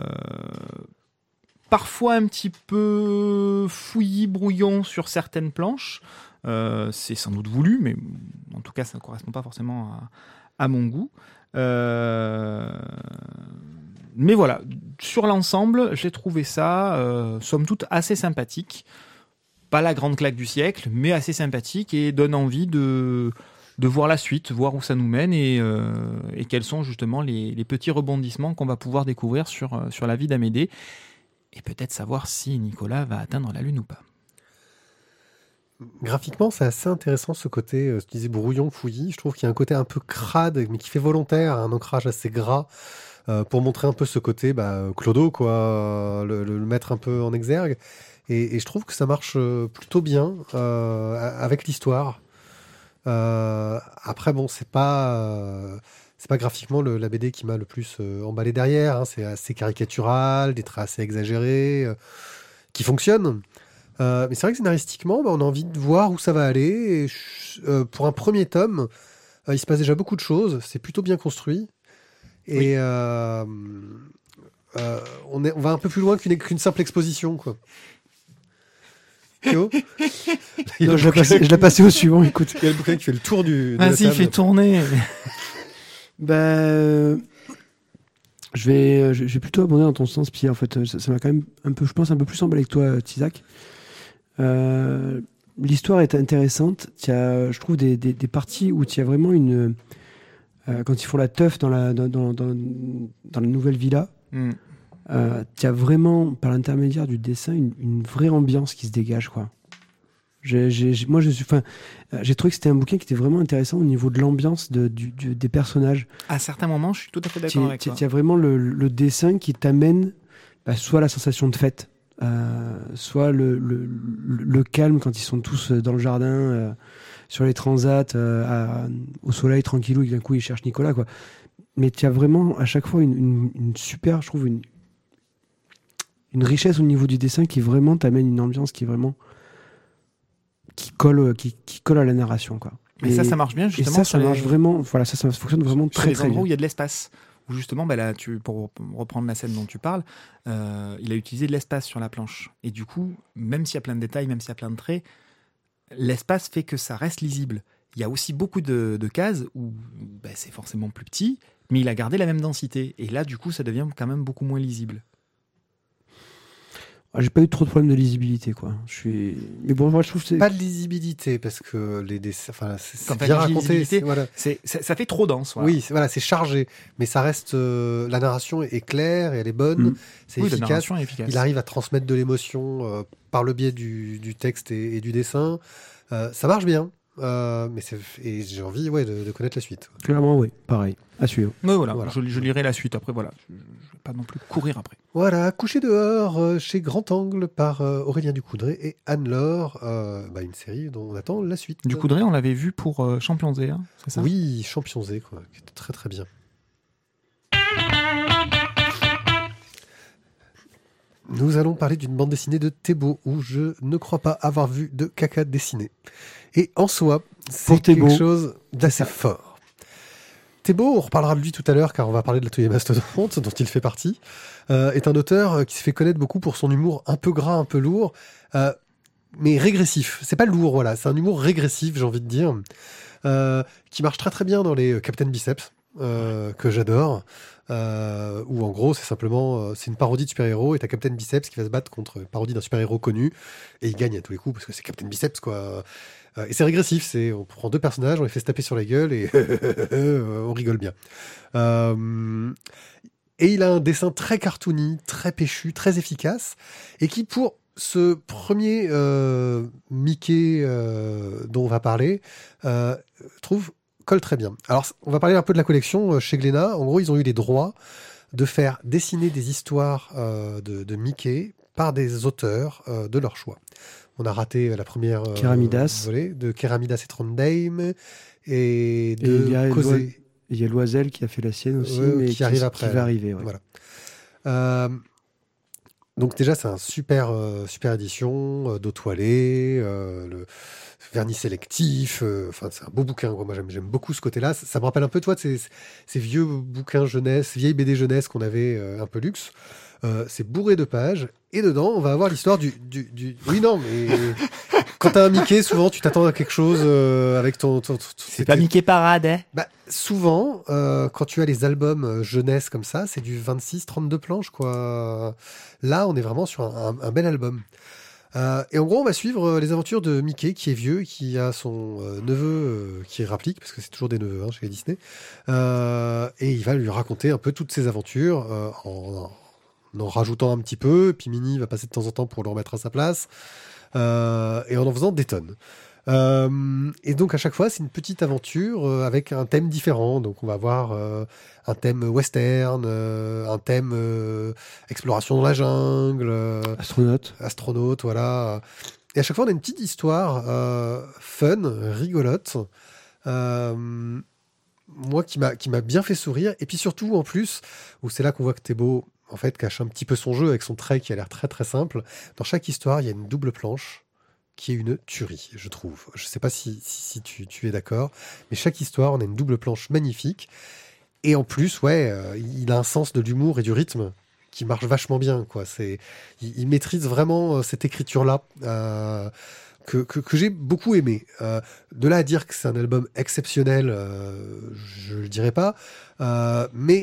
B: parfois un petit peu fouillis, brouillon sur certaines planches. Euh, c'est sans doute voulu, mais en tout cas, ça ne correspond pas forcément à, à mon goût. Euh, mais voilà, sur l'ensemble, j'ai trouvé ça, euh, somme toute, assez sympathique. Pas la grande claque du siècle, mais assez sympathique et donne envie de, de voir la suite, voir où ça nous mène et, euh, et quels sont justement les, les petits rebondissements qu'on va pouvoir découvrir sur, sur la vie d'Amédée et peut-être savoir si Nicolas va atteindre la Lune ou pas.
A: Graphiquement, c'est assez intéressant ce côté, euh, je disais brouillon, fouillis. Je trouve qu'il y a un côté un peu crade, mais qui fait volontaire, un ancrage assez gras, euh, pour montrer un peu ce côté bah, clodo, quoi, le, le, le mettre un peu en exergue. Et, et je trouve que ça marche plutôt bien euh, avec l'histoire. Euh, après, bon, c'est pas, euh, c'est pas graphiquement le, la B D qui m'a le plus euh, emballé derrière. Hein. C'est assez caricatural, des traits assez exagérés, euh, qui fonctionnent. Euh, mais c'est vrai que scénaristiquement, bah, on a envie de voir où ça va aller. Et je, euh, pour un premier tome, euh, il se passe déjà beaucoup de choses. C'est plutôt bien construit. Et oui. euh, euh, on, est, on va un peu plus loin qu'une, qu'une simple exposition, quoi. Théo
C: non, je, l'ai passé, je l'ai passé au suivant, écoute.
A: Il y a le bouquin qui fait le tour du.
B: Vas-y, il fait tourner.
C: bah, euh, je vais, je vais plutôt abonder dans ton sens, Pierre. En fait, ça, ça m'a quand même un peu, je pense, un peu plus emballé que toi, Tizak. Euh, l'histoire est intéressante. Il y a, je trouve, des, des, des parties où il y a vraiment une. Euh, quand ils font la teuf dans la, dans, dans, dans, dans la nouvelle villa. Mm. Euh, tu as vraiment, par l'intermédiaire du dessin, une, une vraie ambiance qui se dégage, quoi. J'ai, j'ai, moi, je suis, enfin, j'ai trouvé que c'était un bouquin qui était vraiment intéressant au niveau de l'ambiance de, du, du, des personnages.
B: À certains moments, je suis tout à fait d'accord
C: t'y,
B: avec toi.
C: Il y a vraiment le, le dessin qui t'amène bah, soit la sensation de fête, euh, soit le, le, le, le calme quand ils sont tous dans le jardin, euh, sur les transats, euh, à, au soleil, tranquillou, et d'un coup, ils cherchent Nicolas, quoi. Mais tu as vraiment, à chaque fois, une, une, une super, je trouve, une une richesse au niveau du dessin qui vraiment t'amène une ambiance qui est vraiment qui colle qui, qui colle à la narration, quoi.
B: Mais et ça ça marche bien justement.
C: Et ça ça marche les... vraiment, voilà, ça ça fonctionne vraiment
B: sur
C: très
B: les
C: très
B: endroits
C: bien.
B: Où il y a de l'espace, où justement bah là tu pour reprendre la scène dont tu parles, euh, il a utilisé de l'espace sur la planche et du coup même s'il y a plein de détails, même s'il y a plein de traits, l'espace fait que ça reste lisible. Il y a aussi beaucoup de, de cases où bah, c'est forcément plus petit, mais il a gardé la même densité et là du coup ça devient quand même beaucoup moins lisible.
C: Ah, j'ai pas eu trop de problèmes de lisibilité, quoi. Je suis. Mais bon, moi je trouve que c'est
A: pas de lisibilité parce que les dessins, enfin, c'est, c'est
B: Quand
A: bien raconté.
B: C'est,
A: voilà.
B: c'est, ça, ça fait trop dense. Voilà.
A: Oui, c'est, voilà, c'est chargé, mais ça reste. Euh, la narration est claire et elle est bonne. Mmh. C'est
B: oui,
A: efficace.
B: La narration est efficace.
A: Il arrive à transmettre de l'émotion euh, par le biais du, du texte et, et du dessin. Euh, ça marche bien. Euh, mais c'est, et j'ai envie ouais, de, de connaître la suite.
C: Clairement, oui, pareil, à suivre.
B: Oui, voilà, voilà. Je, je lirai la suite après, voilà. Je ne vais pas non plus courir après.
A: Voilà, Couché dehors euh, chez Grand Angle par euh, Aurélien Ducoudray et Anne-Laure, euh, bah, une série dont on attend la suite.
B: Ducoudray, on l'avait vu pour euh, Champion Z, hein, c'est ça ?
A: Oui, Champion Z, quoi, qui était très très bien. Nous allons parler d'une bande dessinée de Thébault où je ne crois pas avoir vu de caca dessiné. Et en soi, c'est Pour quelque Thébault. chose d'assez fort. Thébault, on reparlera de lui tout à l'heure car on va parler de l'atelier Mastodonte dont il fait partie, euh, est un auteur qui se fait connaître beaucoup pour son humour un peu gras, un peu lourd, euh, mais régressif. C'est pas lourd, voilà, c'est un humour régressif, j'ai envie de dire, euh, qui marche très très bien dans les Captain Biceps, euh, que j'adore. Euh, où en gros c'est simplement euh, c'est une parodie de super-héros et t'as Captain Biceps qui va se battre contre une parodie d'un super-héros connu et il gagne à tous les coups parce que c'est Captain Biceps, quoi. Euh, et c'est régressif, c'est on prend deux personnages, on les fait se taper sur la gueule et on rigole bien. Euh, et il a un dessin très cartoony, très péchu, très efficace et qui pour ce premier euh, Mickey euh, dont on va parler euh, trouve colle très bien. Alors, on va parler un peu de la collection chez Glénat. En gros, ils ont eu les droits de faire dessiner des histoires euh, de, de Mickey par des auteurs euh, de leur choix. On a raté la première euh,
C: Kéramidas.
A: volée de Kéramidas et Trondheim et de
C: et
A: Causé.
C: Il y a Loisel qui a fait la sienne aussi,
A: euh,
C: mais
A: qui,
C: qui
A: arrive après.
C: Qui va arriver. Ouais.
A: Voilà. Euh, donc déjà, c'est un super, euh, super édition euh, d'eau toilée, euh, le vernis sélectif, enfin euh, c'est un beau bouquin, quoi. Moi j'aime, j'aime beaucoup ce côté-là, ça, ça me rappelle un peu toi de ces, ces vieux bouquins jeunesse, vieilles B D jeunesse qu'on avait euh, un peu luxe. Euh, c'est bourré de pages et dedans on va avoir l'histoire du, du, du... oui non mais quand t'as un Mickey souvent tu t'attends à quelque chose euh, avec ton, ton, ton, ton
B: c'est pas Mickey Parade, hein.
A: Bah souvent euh, quand tu as les albums euh, jeunesse comme ça c'est du vingt-six trente-deux planches, quoi. Là on est vraiment sur un, un, un bel album. Euh, et en gros, on va suivre les aventures de Mickey, qui est vieux, qui a son euh, neveu euh, qui rapplique, parce que c'est toujours des neveux hein, chez les Disney. Euh, et il va lui raconter un peu toutes ses aventures euh, en, en en rajoutant un petit peu. Puis Minnie va passer de temps en temps pour le remettre à sa place. Euh, et en en faisant des tonnes. Euh, et donc à chaque fois, c'est une petite aventure euh, avec un thème différent. Donc on va avoir euh, un thème western, euh, un thème euh, exploration dans la jungle, euh,
C: Astronaute.
A: astronaute, voilà. Et à chaque fois, on a une petite histoire euh, fun, rigolote. Euh, moi, qui m'a qui m'a bien fait sourire. Et puis surtout, en plus, où c'est là qu'on voit que Thébault, en fait, cache un petit peu son jeu avec son trait qui a l'air très très simple. Dans chaque histoire, il y a une double planche qui est une tuerie, je trouve. Je ne sais pas si, si, si tu, tu es d'accord, mais chaque histoire, on a une double planche magnifique. Et en plus, ouais, euh, il a un sens de l'humour et du rythme qui marche vachement bien, quoi. C'est, il, il maîtrise vraiment euh, cette écriture-là euh, que, que, que j'ai beaucoup aimé. Euh, de là à dire que c'est un album exceptionnel, euh, je ne le dirais pas, euh, mais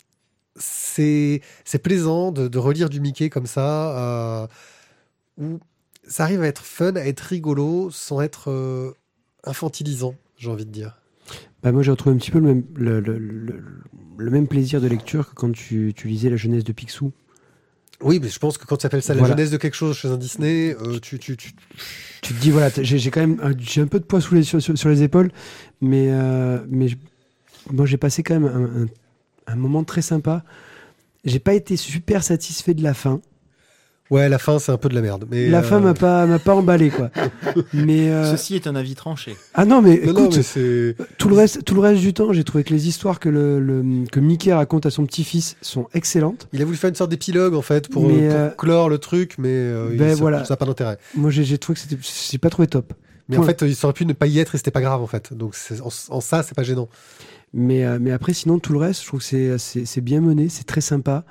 A: c'est, c'est plaisant de, de relire du Mickey comme ça, euh, où ça arrive à être fun, à être rigolo, sans être euh, infantilisant, j'ai envie de dire.
C: Bah moi j'ai retrouvé un petit peu le même, le, le, le, le même plaisir de lecture que quand tu, tu lisais La jeunesse de Picsou.
A: Oui, mais je pense que quand tu appelles ça
C: Voilà.
A: la jeunesse de quelque chose chez un Disney, euh, tu, tu, tu...
C: Tu te dis, voilà, j'ai, j'ai quand même un- j'ai un peu de poids sous les, sur, sur, sur les épaules, mais, euh, mais je- moi j'ai passé quand même un, un, un moment très sympa. J'ai pas été super satisfait de la fin.
A: Ouais, la fin, c'est un peu de la merde. Mais
C: La
A: euh,
C: fin m'a pas, m'a pas emballé, quoi. Mais, euh,
B: Ceci est un avis tranché.
C: ah non, mais
A: Non,
C: écoute,
A: non, mais c'est...
C: tout, le reste, tout le reste du temps, j'ai trouvé que les histoires que, le, le- que Mickey raconte à son petit-fils sont excellentes.
A: Il a voulu faire une sorte d'épilogue, en fait, pour,
C: Mais,
A: pour
C: euh,
A: clore le truc, mais euh,
C: ben
A: il- ça
C: voilà.
A: n'a pas d'intérêt.
C: Moi, j'ai, j'ai trouvé que c'était, j'ai pas trouvé top.
A: Mais
C: Point.
A: en fait, il aurait pu ne pas y être et c'était pas grave, en fait. Donc, c'est- en, en ça, c'est pas gênant.
C: Mais, euh, mais après, sinon, tout le reste, je trouve que c'est, c'est, c'est bien mené, c'est très sympa.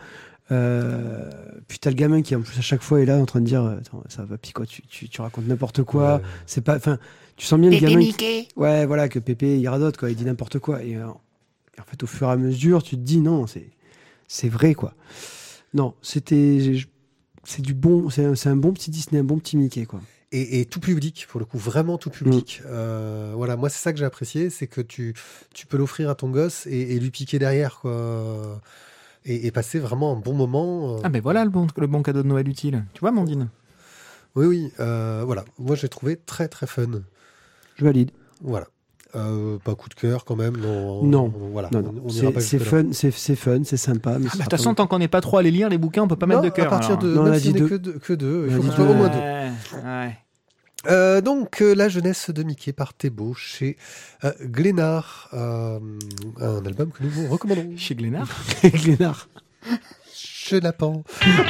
C: Euh, puis t'as le gamin qui, en plus, à chaque fois est là en train de dire attends, ça va, puis quoi, tu, tu, tu racontes n'importe quoi.
A: Ouais.
C: C'est pas, enfin, tu sens bien le
D: Pépé
C: gamin. qui-
D: Mickey.
C: Ouais, voilà, que Pépé il radote, quoi, il dit n'importe quoi. Et, euh, et en fait, au fur et à mesure, tu te dis non, c'est, c'est vrai, quoi. Non, c'était, j'ai- c'est du bon, c'est un, c'est un bon petit Disney, un bon petit Mickey, quoi.
A: Et, et tout public, pour le coup, vraiment tout public. Euh, voilà, moi, c'est ça que j'ai apprécié, c'est que tu, tu peux l'offrir à ton gosse et, et lui piquer derrière, quoi. Et, et passer vraiment un bon moment. euh.
B: Ah ben voilà le bon, le bon cadeau de Noël utile. Tu vois, Amandine?
A: Oui, oui, euh, voilà. Moi, j'ai trouvé très, très fun.
C: Je valide.
A: Voilà. Euh, pas coup de cœur, quand même. Non.
C: Non.
A: on- voilà.
C: Non, non.
A: On- on n'ira
C: C'est,
A: pas
C: c'est
A: jusque-là.
C: fun, c'est, c'est fun, c'est sympa. Mais
B: Ah,
C: ce
B: bah,
C: sera
B: de toute
C: pas
B: façon,
C: non-
B: tant qu'on n'est pas trop à les lire, les bouquins, on peut pas mettre
A: Non,
B: de cœur.
A: à partir
B: alors.
A: de.
C: Non, on
A: même
C: a
A: si
C: dit
A: on n'est
C: deux.
A: que deux, que deux, il
C: On a
A: faut
C: dit
A: que ce soit
C: deux.
A: au moins deux.
B: Ouais, ouais.
A: Euh, donc, euh, La jeunesse de Mickey par Thébault chez euh, Glénat. Euh, un album que nous vous recommandons.
B: Chez Glénat.
C: Glénard.
A: Chenapan.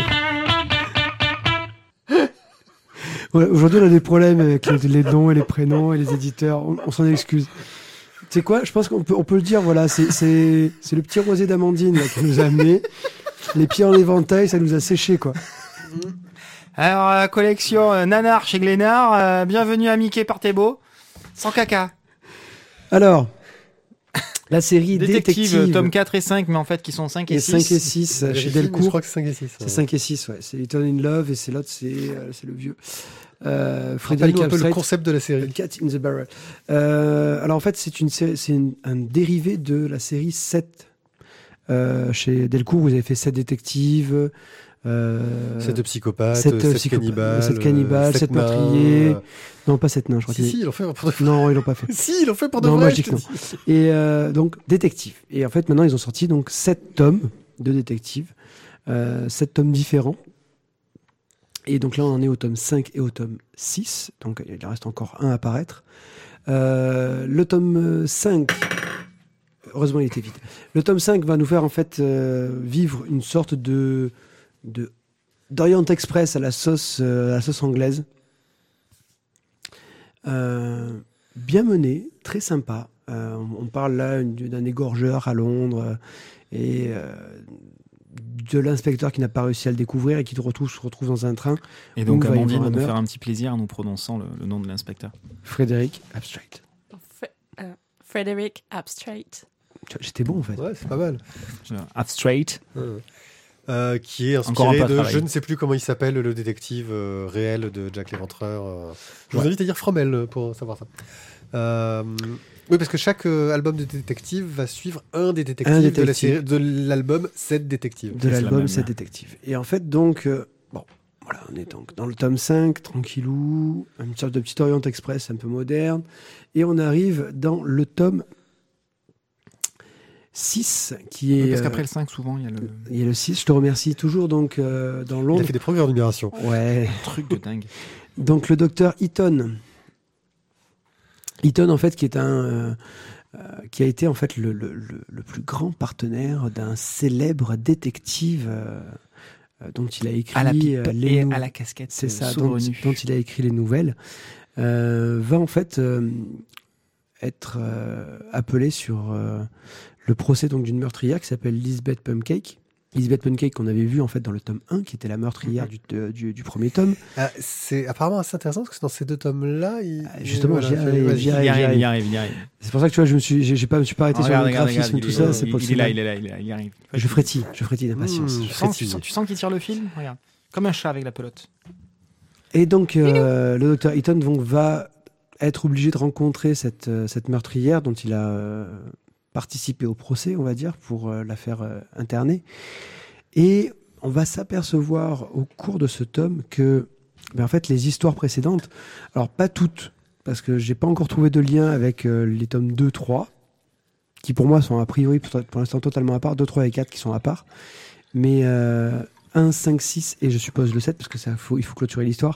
C: Ouais, aujourd'hui, on a des problèmes avec les, les noms et les prénoms et les éditeurs. On, on s'en excuse. Tu sais quoi? Je pense qu'on peut, on peut le dire. Voilà, c'est, c'est, c'est le petit rosé d'Amandine là, qui nous a amené. Les pieds en éventail, ça nous a séché, quoi.
B: Alors, euh, collection euh, Nanar chez Glénard. euh, bienvenue à Mickey par Thébault. Sans caca.
C: Alors, la série
B: Détective,
C: Détective,
B: tome quatre et cinq, mais en fait qui sont cinq et,
C: et
B: six.
C: cinq et six euh, chez
A: Je
C: Delcourt.
A: crois que c'est cinq et six.
C: C'est cinq et six, ouais. C'est Eternal in Love et c'est l'autre, c'est, euh, c'est le vieux. Euh, Frédéric
A: Rappelle-nous un peu le
C: Abstrait.
A: concept de la série.
C: The Cat in the Barrel. Euh, alors en fait, c'est, une série, c'est une- un dérivé de la série sept. Euh, chez Delcourt, vous avez fait sept détectives. Euh,
A: Sept psychopathes,
C: sept,
A: sept,
C: euh, psychopathes,
A: cannibales,
C: sept cannibales,
A: sept
C: sept
A: nains,
C: meurtriers.
A: euh,
C: Non, pas sept nains, je crois.
A: Si,
C: qu'il-
A: si, ils l'ont fait pour de vrai.
C: Non, ils l'ont pas fait.
A: Si, ils l'ont fait pour de
C: Non,
A: vrai.
C: moi, je dis que
A: te
C: non.
A: dis.
C: Et euh, donc, détective. Et en fait, maintenant, ils ont sorti donc sept tomes de détectives. Euh, sept tomes différents. Et donc là, on en est au tome cinq et au tome six. Donc, il en reste encore un à paraître. Euh, le tome cinq... Heureusement, il était vite. Le tome cinq va nous faire, en fait, euh, vivre une sorte de... de d'Orient Express à la sauce, euh, à la sauce anglaise. Euh, bien mené, très sympa. Euh, on, on parle là d'un égorgeur à Londres euh, et euh, de l'inspecteur qui n'a pas réussi à le découvrir et qui se retrouve, se retrouve dans un train.
B: Et donc
C: Où va y
B: Amandine
C: avoir
B: va
C: un
B: nous
C: meurtre.
B: faire un petit plaisir en nous prononçant le, le nom de l'inspecteur.
C: Frédéric Abstrait.
D: Fre- euh, Frederick Abstrait.
C: Tu vois, J'étais bon en fait.
A: Ouais, c'est pas mal.
B: Abstraight.
A: Ouais. euh, qui est
B: Encore un
A: inspiré
B: peu à
A: de,
B: travailler.
A: je ne sais plus comment il s'appelle, le détective euh, réel de Jack l'Éventreur. euh. Je vous
B: Ouais.
A: invite à lire Fromel pour savoir ça. Euh, oui, parce que chaque euh, album de détective va suivre un des détectives,
C: Un
A: de la
C: détective.
A: série- de l'album sept détectives.
C: de
B: C'est la
C: l'album
B: même.
C: sept détectives. Et en fait, donc, euh, bon, voilà, on est donc dans le tome cinq, tranquillou, une sorte de petit Orient Express un peu moderne, et on arrive dans le tome six, qui est...
B: Oui, parce
C: euh,
B: qu'après le cinq, souvent, il y a le
C: il y a le six, je te remercie, toujours donc euh, dans
A: Il a
C: Londres.
A: fait des progrès en numération.
C: Ouais,
B: truc de dingue.
C: donc le docteur Eaton. Eaton, en fait, qui est un... euh, euh, qui a été en fait le, le, le, le plus grand partenaire d'un célèbre détective euh, euh, dont il a écrit
B: À la pipe
C: euh, les
B: et
C: nou-
B: à la casquette.
C: c'est
B: euh,
C: ça, dont,
B: saugrenue.
C: dont il a écrit les nouvelles, euh, va en fait euh, être euh, appelé sur euh, le procès donc d'une meurtrière qui s'appelle Lisbeth Plumcake. Lisbeth Plumcake qu'on avait vu en fait dans le tome un, qui était la meurtrière du, de- du, du premier tome.
A: Ah, c'est apparemment assez intéressant parce que dans ces deux tomes-là, il...
C: Ah, justement,
A: voilà,
C: j'y
A: je-
C: arrive,
A: vas-y.
C: j'y
B: Il
C: arrive.
B: y arrive, il y arrive, il y arrive.
C: C'est pour ça que tu vois, je me suis, j'ai, j'ai pas, je me suis pas arrêté
B: Regarde,
C: sur le
B: regarde,
C: graphisme,
B: regarde,
C: tout
B: il
C: ça.
B: est-
C: C'est
B: il,
C: pour le
B: il est là,
C: cinéma.
B: il est là, il est là, il arrive.
C: Je frétille, je frétille d'impatience.
A: Mmh.
B: Tu sens, tu,
A: Frétille.
B: sens, tu sens qu'il tire le fil. Regarde, comme un chat avec la pelote.
C: Et donc, euh, le docteur Eaton donc, va être obligé de rencontrer cette, euh, cette meurtrière dont il a euh, participé au procès, on va dire, pour euh, la faire euh, interner. Et on va s'apercevoir au cours de ce tome que, ben, en fait, les histoires précédentes, alors pas toutes, parce que j'ai pas encore trouvé de lien avec euh, les tomes deux, trois, qui pour moi sont a priori pour, pour l'instant totalement à part, deux, trois et quatre qui sont à part. Mais euh, un, cinq, six et je suppose le sept, parce que ça faut, il faut clôturer l'histoire,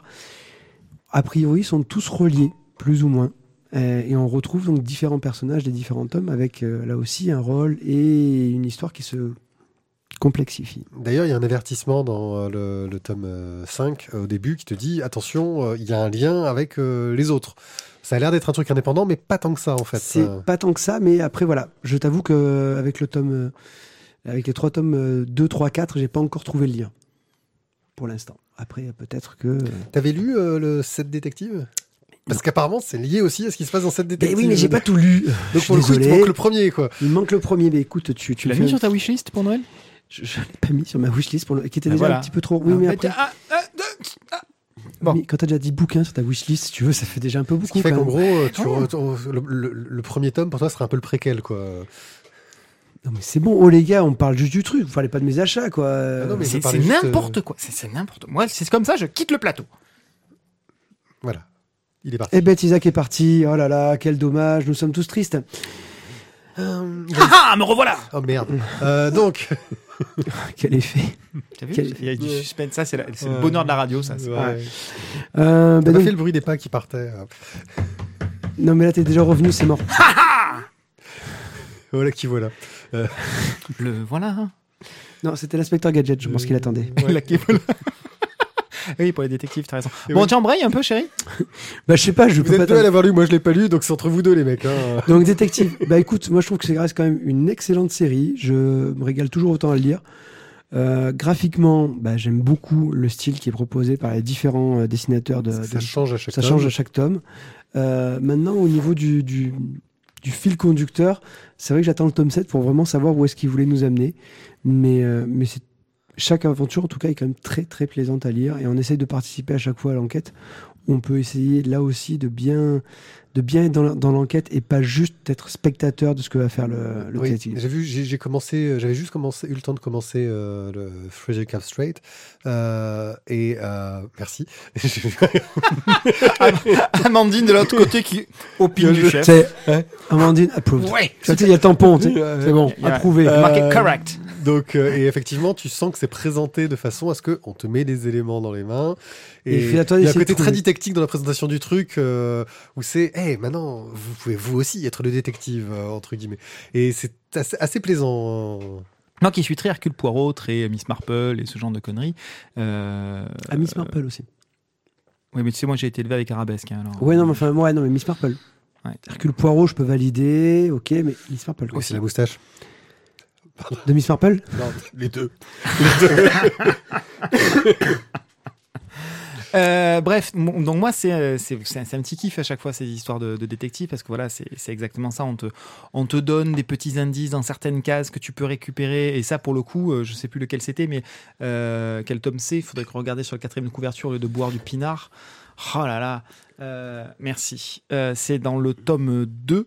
C: a priori sont tous reliés, plus ou moins. Euh, et on retrouve donc différents personnages des différents tomes avec euh, là aussi un rôle et une histoire qui se complexifie.
A: D'ailleurs, il y a un avertissement dans euh, le, le tome euh, cinq euh, au début qui te dit attention, euh, il y a un lien avec euh, les autres. Ça a l'air d'être un truc indépendant, mais pas tant que ça en fait.
C: C'est
A: Euh,
C: pas tant que ça, mais après voilà, je t'avoue que avec le tome, euh, avec les trois tomes euh, deux, trois, quatre, j'ai pas encore trouvé le lien pour l'instant. Après, peut-être que.
A: T'avais lu euh, le sept détectives? Parce qu'apparemment, c'est lié aussi à ce qui se passe dans sept
C: Mais
A: détectives.
C: oui, mais j'ai pas tout lu. Je
A: Donc
C: suis
A: pour le coup, il te
C: désolé.
A: manque le premier, quoi.
C: Il me manque le premier, mais écoute, tu, tu,
B: Tu l'as
C: fais
B: mis
C: un-
B: sur ta wishlist pour Noël?
C: Je, je l'ai pas mis sur ma wishlist pour le... qui était
B: Ah,
C: déjà
B: voilà.
C: un petit peu trop. Oui,
B: Ah,
C: mais
B: mais
C: après.
B: t'as- ah, ah, deux, ah. Bon.
C: Mais quand t'as déjà dit bouquin sur ta wishlist, si tu veux, ça fait déjà un peu
A: Ce
C: beaucoup.
A: qui fait
C: quand
A: qu'en
C: même.
A: gros, euh, tu
B: Oh.
A: re- le, le- le premier tome, pour toi, serait un peu le préquel, quoi.
C: Non, mais c'est bon, oh les gars, on parle juste du truc. Vous parlez pas de mes achats, quoi.
A: Ah non, mais-
B: C'est
A: je parlais
B: c'est
A: juste,
B: n'importe
A: euh,
B: quoi. C'est c'est n'importe quoi. Moi, c'est comme ça, je quitte le plateau.
A: Voilà. Il est parti.
C: Eh ben, Isaac est parti. Oh là là, quel dommage. Nous sommes tous tristes.
A: Euh,
B: Ah ah, me revoilà.
A: oh merde. Euh, donc,
C: Quel effet.
B: T'as vu?
C: Quel-
B: Il y a du suspense. Ça, c'est la- c'est
A: Ouais.
B: le bonheur de la radio, ça. c'est-
A: ouais.
C: Ouais. Euh,
A: T'as
C: ben
A: pas
C: donc-
A: fait le bruit des pas qui partaient. euh.
C: Non, mais là, t'es déjà revenu, c'est mort.
A: Voilà qui voilà.
B: Le voilà. hein.
C: Non, c'était l'inspecteur Gadget, je pense qu'il attendait.
A: Ouais.
B: La qui- voilà. Oui, pour les détectives, t'as raison.
A: Et
B: Bon,
A: oui.
B: tu embrayes un peu, chérie?
C: Bah, je sais pas, je
A: Vous
C: peux pas
A: êtes deux à
C: t'en-
A: l'avoir lu, moi je l'ai pas lu, donc c'est entre vous deux les mecs. Hein.
C: Donc, détective. Bah, écoute, moi, je trouve que c'est reste quand même une excellente série. Je me régale toujours autant à le lire. Euh, graphiquement, bah, j'aime beaucoup le style qui est proposé par les différents euh, dessinateurs de,
A: Ça,
C: de-
A: ça change à chaque
C: ça
A: tome.
C: change à chaque tome. Euh, maintenant, au niveau du, du, du fil conducteur, c'est vrai que j'attends le tome sept pour vraiment savoir où est-ce qu'il voulait nous amener. Mais, euh, mais c'est, chaque aventure, en tout cas, est quand même très très plaisante à lire. Et on essaye de participer à chaque fois à l'enquête. On peut essayer là aussi de bien, de bien être dans, la- dans l'enquête et pas juste être spectateur de ce que va faire le, le
A: Oui,
C: détective.
A: j'ai vu, j'ai, j'ai commencé, j'avais juste commencé, eu le temps de commencer euh, le Frederick Half Straight euh, et euh, merci.
B: Amandine de l'autre côté qui opine du chef.
C: C'est Amandine approved.
B: Ouais.
C: Tu vois, tu sais, il y a le tampon, tu sais.
A: Ouais.
C: C'est bon,
B: Il y a-
C: approuvé.
A: Euh,
B: Marqué correct.
A: Donc euh, et effectivement, tu sens que c'est présenté de façon à ce que on te met des éléments dans les mains.
C: Et
A: Et
C: il fait à toi
A: il y a un
C: d'essayer de
A: côté très
C: trouver.
A: didactique dans la présentation du truc euh, où c'est, hey, maintenant vous pouvez vous aussi être le détective euh, entre guillemets. Et c'est assez, assez plaisant. hein.
B: Moi qui suis très Hercule Poirot, très Miss Marple et ce genre de conneries. Euh,
C: Ah, Miss Marple aussi.
B: Oui, mais tu sais, moi j'ai été élevé avec Arabesque. hein, alors,
C: Ouais, non, mais enfin, ouais, non, mais Miss Marple.
B: Ouais.
C: Hercule Poirot, je peux valider, ok, mais Miss Marple. quoi.
A: Oui, c'est la moustache.
C: De Miss Marple
A: Non, les deux.
B: Euh, bref, mon- donc moi c'est c'est c'est un, c'est un petit kiff à chaque fois ces histoires de, de détective parce que voilà c'est c'est exactement ça. On te on te donne des petits indices dans certaines cases que tu peux récupérer et ça pour le coup euh, je sais plus lequel c'était mais euh, quel tome c'est. Il faudrait regarder sur le quatrième de couverture au lieu de boire du pinard. Oh là là, euh, merci. Euh, c'est dans le tome deux